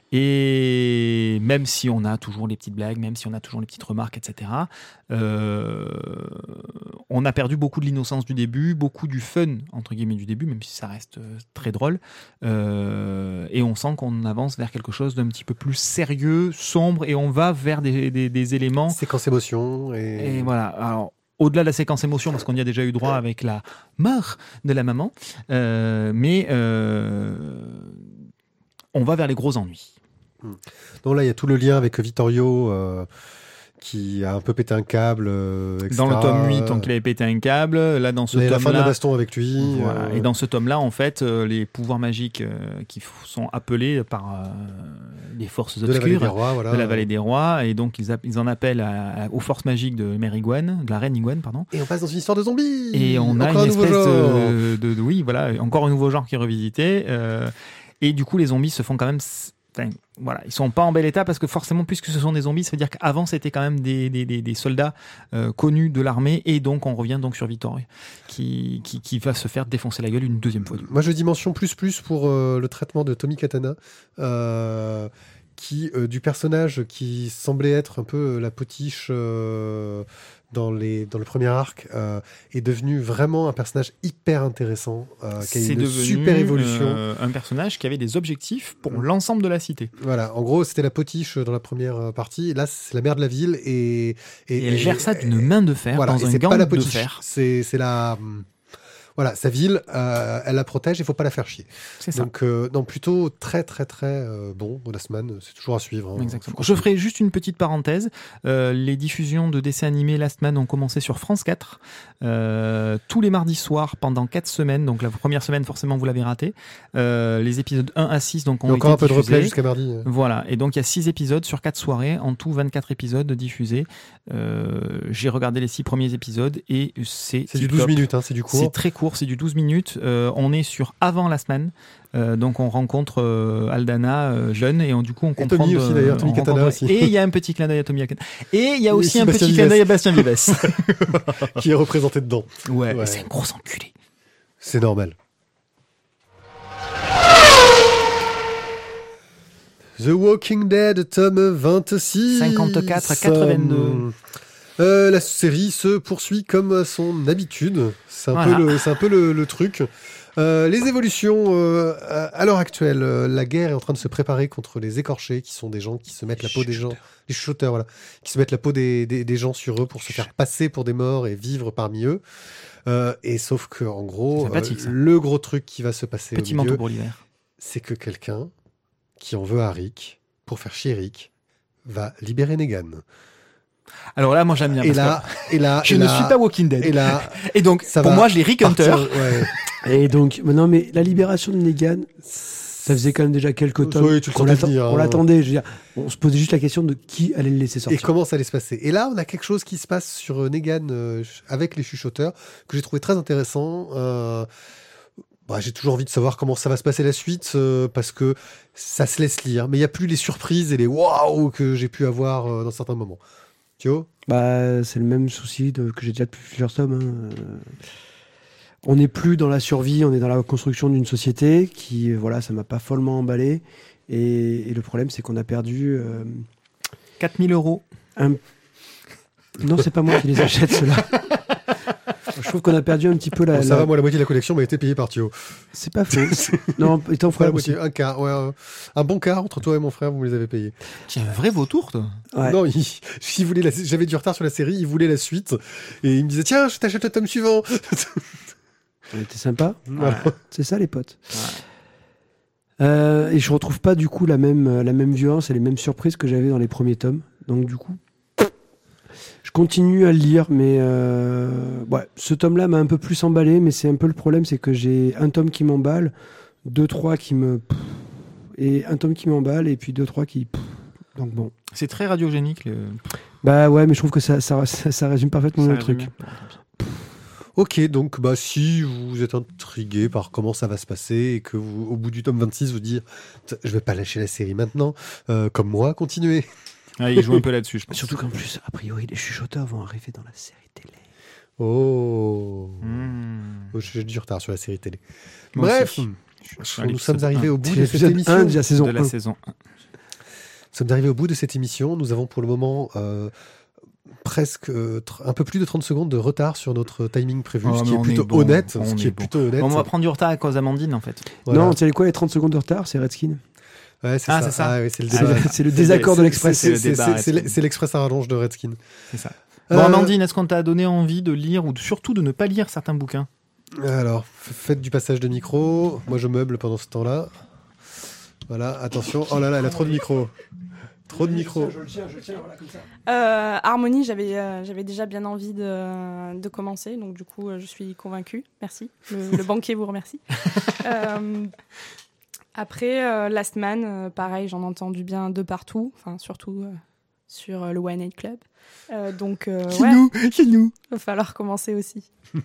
B: Et même si on a toujours les petites blagues, même si on a toujours les petites remarques, et cetera, euh, on a perdu beaucoup de l'innocence du début, beaucoup du fun, entre guillemets, du début, même si ça reste très drôle. Euh, et on sent qu'on avance vers quelque chose d'un petit peu plus sérieux, sombre, et on va vers des, des, des éléments...
A: Séquence émotion. Et,
B: et voilà, alors... Au-delà de la séquence émotion, parce qu'on y a déjà eu droit avec la mort de la maman, euh, mais euh, on va vers les gros ennuis.
A: Donc là, il y a tout le lien avec Vittorio euh, qui a un peu pété un câble, euh, et cetera.
B: Dans le tome huit, donc il avait pété un câble. Là, dans ce
A: Mais
B: tome-là,
A: la fin de la baston avec lui.
B: Voilà.
A: Euh...
B: Et dans ce tome-là, en fait, euh, les pouvoirs magiques euh, qui f- sont appelés par euh, les forces
A: de la
B: obscures
A: vallée des rois, voilà.
B: de la vallée des rois, et donc ils, a- ils en appellent à- à- aux forces magiques de Mère Iguane, de la reine Iguane, pardon.
A: Et on passe dans une histoire de zombies.
B: Et on a
A: Encore
B: une
A: un nouveau
B: espèce
A: genre.
B: de, de, de- oui, voilà, encore un nouveau genre qui est revisité. Euh, et du coup, les zombies se font quand même. Enfin, voilà, ils sont pas en bel état parce que forcément, puisque ce sont des zombies, ça veut dire qu'avant c'était quand même des, des, des, des soldats euh, connus de l'armée, et donc on revient donc sur Vittorio qui, qui, qui va se faire défoncer la gueule une deuxième fois.
A: Moi, je dis mention plus plus pour euh, le traitement de Tommy Katana, euh, qui euh, du personnage qui semblait être un peu la potiche euh, dans les dans le premier arc euh, est devenu vraiment un personnage hyper intéressant, euh, qui a
B: C'est
A: une
B: devenu
A: super évolution.
B: euh, un personnage qui avait des objectifs pour l'ensemble de la cité.
A: Voilà, en gros, c'était la potiche dans la première partie. Là, c'est la mère de la ville et et,
B: Et elle gère ça d'une main de fer,
A: voilà,
B: dans
A: et
B: un
A: c'est
B: gant
A: pas la
B: de
A: potiche,
B: fer.
A: c'est c'est la voilà, sa ville, euh, elle la protège, il faut pas la faire chier.
B: C'est ça.
A: Donc, euh, non, plutôt très, très, très euh, bon, Last Man, c'est toujours à suivre. Hein.
B: Exactement. Je ferai juste une petite parenthèse. Euh, les diffusions de dessins animés Last Man ont commencé sur France quatre, euh, tous les mardis soirs pendant quatre semaines. Donc la première semaine, forcément, vous l'avez raté. Euh, les épisodes un à six donc, ont
A: il y a encore
B: été
A: un peu
B: diffusés.
A: de replay jusqu'à mardi.
B: Voilà. Et donc il y a six épisodes sur quatre soirées, en tout vingt-quatre épisodes diffusés. Euh, j'ai regardé les six premiers épisodes et c'est
A: C'est du douze minutes, hein, c'est du court.
B: C'est très court, c'est du douze minutes. Euh, on est sur avant la semaine. Euh, donc on rencontre euh, Aldana euh, jeune et on, du coup on
A: et
B: comprend.
A: Tommy aussi d'ailleurs, Tommy Katana
B: rencontre...
A: aussi.
B: Et il y a un petit clin d'œil à Tommy Katana. Et il y a
A: Et
B: aussi
A: ici,
B: un
A: Bastien
B: petit clin d'œil à Bastien Vives.
A: qui est représenté dedans.
B: Ouais,
A: Ouais.
B: c'est un gros enculé.
A: C'est normal. The Walking Dead, tome vingt-six.
B: cinquante-quatre à quatre-vingt-deux.
A: Euh, la série se poursuit comme à son habitude. C'est un
B: Voilà.
A: peu le, c'est un peu le, le truc. Euh, les évolutions euh, à, à l'heure actuelle, euh, la guerre est en train de se préparer contre les écorchés, qui sont des gens qui se mettent la peau des gens, les chuchoteurs, voilà, qui se mettent la peau des, des, des gens sur eux pour se faire passer pour des morts et vivre parmi eux. Euh, et sauf que en gros,
B: C'est sympathique,
A: euh,
B: ça.
A: le gros truc qui va se passer
B: Petit
A: au
B: manteau
A: milieu,
B: pour l'hiver.
A: c'est que quelqu'un qui en veut à Rick pour faire chier Rick va libérer Negan.
B: Alors là, moi j'aime bien.
A: Et
B: parce
A: là, et là,
B: que je
A: et
B: ne
A: là,
B: suis pas Walking Dead.
A: Et là,
B: Et donc,
A: ça
B: pour
A: va
B: moi, je l'ai Rick Hunter.
A: partir- ouais.
C: Et donc, non, mais la libération de Negan, ça faisait quand même déjà quelques tomes
A: Oui, tu le
C: qu'on
A: sentais
C: l'attend-
A: venir, hein.
C: on l'attendait. Je veux dire, on se posait juste la question de qui allait le laisser
A: Et
C: sortir.
A: comment ça allait se passer. Et là, on a quelque chose qui se passe sur euh, Negan euh, avec les chuchoteurs que j'ai trouvé très intéressant. Euh, bah, j'ai toujours envie de savoir comment ça va se passer la suite euh, parce que ça se laisse lire. Mais il n'y a plus les surprises et les waouh que j'ai pu avoir euh, dans certains moments. Tu vois
C: Bah, c'est le même souci de- que j'ai déjà depuis plusieurs tomes. hein. Euh, On n'est plus dans la survie, on est dans la construction d'une société qui, euh, voilà, ça m'a pas follement emballé. Et, et le problème, c'est qu'on a perdu euh,
B: quatre mille euros.
C: un. Non, c'est pas moi qui les achète, ceux-là. Je trouve qu'on a perdu un petit peu la.
A: Bon, ça
C: la...
A: va, moi, la moitié de la collection m'a été payée par Thio.
C: C'est pas faux. Non, étant
A: Pas la
C: frère
A: moitié, un quart, ouais, un, un bon quart entre toi et mon frère, vous me les avez payés.
B: Tu es un vrai vautour, toi.
C: Ouais.
A: Non, il, il voulait la- j'avais du retard sur la série, il voulait la suite, et il me disait tiens, je t'achète le tome suivant.
C: On était sympa.
A: Voilà.
C: C'est ça, les potes.
B: Ouais.
C: Euh, et je retrouve pas du coup la même, la même violence et les mêmes surprises que j'avais dans les premiers tomes. Donc du coup, je continue à le lire, mais euh, ouais, ce tome-là m'a un peu plus emballé, mais c'est un peu le problème, c'est que j'ai un tome qui m'emballe, deux, trois qui me... Et un tome qui m'emballe, et puis deux, trois qui... Donc bon.
B: C'est très radiogénique. Le...
C: Bah ouais, mais je trouve que ça, ça, ça, ça résume parfaitement
B: Ça
C: le
B: résume
C: truc.
B: bien.
A: Ok, donc bah si vous êtes intrigué par comment ça va se passer et que vous, au bout du tome vingt-six, vous dire je vais pas lâcher la série maintenant, euh, comme moi, continuez.
B: Ah, il joue un peu là-dessus, je pense.
C: Surtout qu'en plus, a priori, les chuchoteurs vont arriver dans la série télé.
A: Oh,
B: Mmh.
A: Oh, j'ai du retard sur la série télé.
B: Moi
A: Bref,
B: aussi. Je suis à
A: nous
B: l'épisode
A: sommes arrivés
B: un
A: au bout
C: C'est
A: de cette
C: l'épisode
A: émission.
C: un de la saison
B: de la
C: un.
B: saison un.
A: Nous sommes arrivés au bout de cette émission. Nous avons pour le moment euh, presque euh, tr- un peu plus de trente secondes de retard sur notre timing prévu,
B: Oh,
A: ce
B: mais
A: qui est
B: on
A: plutôt
B: est bon,
A: honnête.
B: on
A: Ce qui
B: est
A: est
B: bon.
A: plutôt honnête.
B: Bon, on va prendre du retard à cause d'Amandine, en fait.
A: Voilà.
C: Non, tu sais quoi, les trente secondes de retard, c'est Redskin.
A: Ouais, c'est
B: Ah,
A: ça.
B: c'est ça.
A: Ah, ouais, c'est le
B: Ah,
A: débat.
B: ouais.
C: C'est le désaccord de
A: C'est-
C: l'Express.
A: c'est-
B: C'est le
A: c'est-
B: débat,
A: c'est- c'est
B: Redskin.
A: c'est l'Express à rallonge de Redskin.
B: C'est ça. Bon,
A: Euh,
B: Amandine, est-ce qu'on t'a donné envie de lire ou de- surtout de ne pas lire certains bouquins?
A: Alors, f- faites du passage de micro. Moi, je meuble pendant ce temps-là. Voilà, attention. Oh là là, elle a trop de micros. Trop de micros.
C: Je le tiens, je le tiens, voilà, comme ça.
D: Euh, Harmonie, j'avais euh, j'avais déjà bien envie de, de commencer, donc du coup, euh, je suis convaincue. Merci. Le, le banquier vous remercie. Euh, après, euh, Last Man, euh, pareil, j'en ai entendu bien de partout, enfin surtout euh, sur euh, le One Night Club. Euh, donc, euh,
B: C'est
D: ouais,
B: nous, c'est nous.
D: va falloir commencer aussi.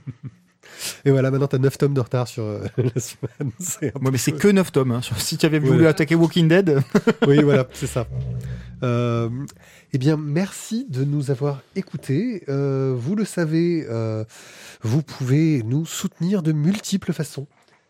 A: Et voilà, maintenant, t'as neuf tomes de retard sur euh, la semaine. C'est un
B: Ouais, mais c'est
A: peu-
B: que neuf tomes. Hein. Si tu avais voulu
A: Voilà.
B: attaquer Walking Dead.
A: Oui, voilà, c'est ça. Euh, eh bien, merci de nous avoir écoutés. Euh, vous le savez, euh, vous pouvez nous soutenir de multiples façons.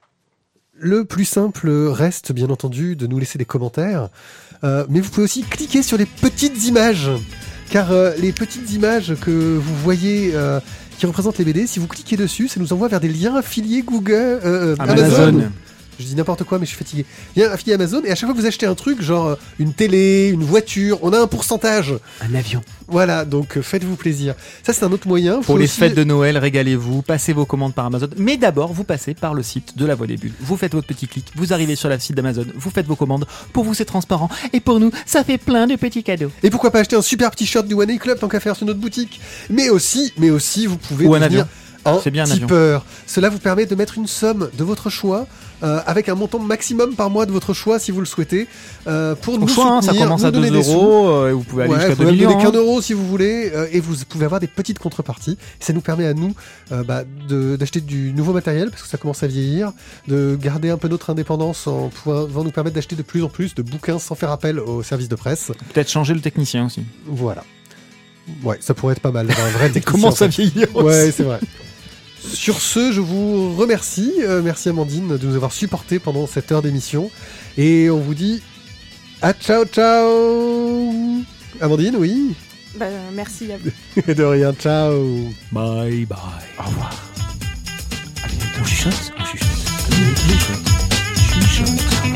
A: Le plus simple reste, bien entendu, de nous laisser des commentaires. Euh, mais vous pouvez aussi cliquer sur les petites images. Car euh, les petites images que vous voyez euh, qui représentent les B D, si vous cliquez dessus, ça nous envoie vers des liens affiliés Google, euh, Amazon.
B: Amazon.
A: Je dis n'importe quoi, mais je suis fatigué. Lien affilié Amazon, et à chaque fois que vous achetez un truc, genre euh, une télé, une voiture, on a un pourcentage.
C: Un avion.
A: Voilà, donc euh, faites-vous plaisir. Ça, c'est un autre moyen.
B: Pour
A: Faut
B: les
A: aussi-
B: fêtes de Noël, régalez-vous, passez vos commandes par Amazon. Mais d'abord, vous passez par le site de La Voix des Bulles. Vous faites votre petit clic, vous arrivez sur le site d'Amazon, vous faites vos commandes. Pour vous, c'est transparent. Et pour nous, ça fait plein de petits cadeaux.
A: Et pourquoi pas acheter un super petit shirt du One A Club tant qu'à faire sur notre boutique. Mais aussi, mais aussi, vous pouvez
B: Ou un
A: devenir un
B: C'est bien un avion.
A: tipeur. Cela vous permet de mettre une somme de votre choix. Euh, avec un montant maximum par mois de votre choix si vous le souhaitez euh, pour
B: Au
A: nous
B: choix, hein, ça
A: soutenir,
B: commence
A: nous
B: à
A: donner
B: deux
A: des sous.
B: euros, euh, et vous pouvez aller
A: Ouais,
B: jusqu'à
A: vous
B: deux
A: pouvez
B: millions.
A: donner qu'un
B: hein.
A: euro si vous voulez, euh, et vous pouvez avoir des petites contreparties. Ça nous permet à nous euh, bah, de- d'acheter du nouveau matériel parce que ça commence à vieillir, de garder un peu notre indépendance en pouvant nous permettre d'acheter de plus en plus de bouquins sans faire appel au service de presse.
B: Peut-être changer le technicien aussi.
A: Voilà. Ouais, ça pourrait être pas mal d'avoir un vrai technicien.
B: Commence
A: en
B: à
A: fait.
B: vieillir aussi.
A: Ouais, c'est vrai. Sur ce, je vous remercie. Euh, merci Amandine de nous avoir supportés pendant cette heure d'émission. Et on vous dit à ciao ciao. Amandine, oui.
D: Bah, merci à vous.
A: De rien, ciao.
B: Bye bye.
C: Au revoir. Allez, on chuchote, on chuchote. On chuchote. Chuchote.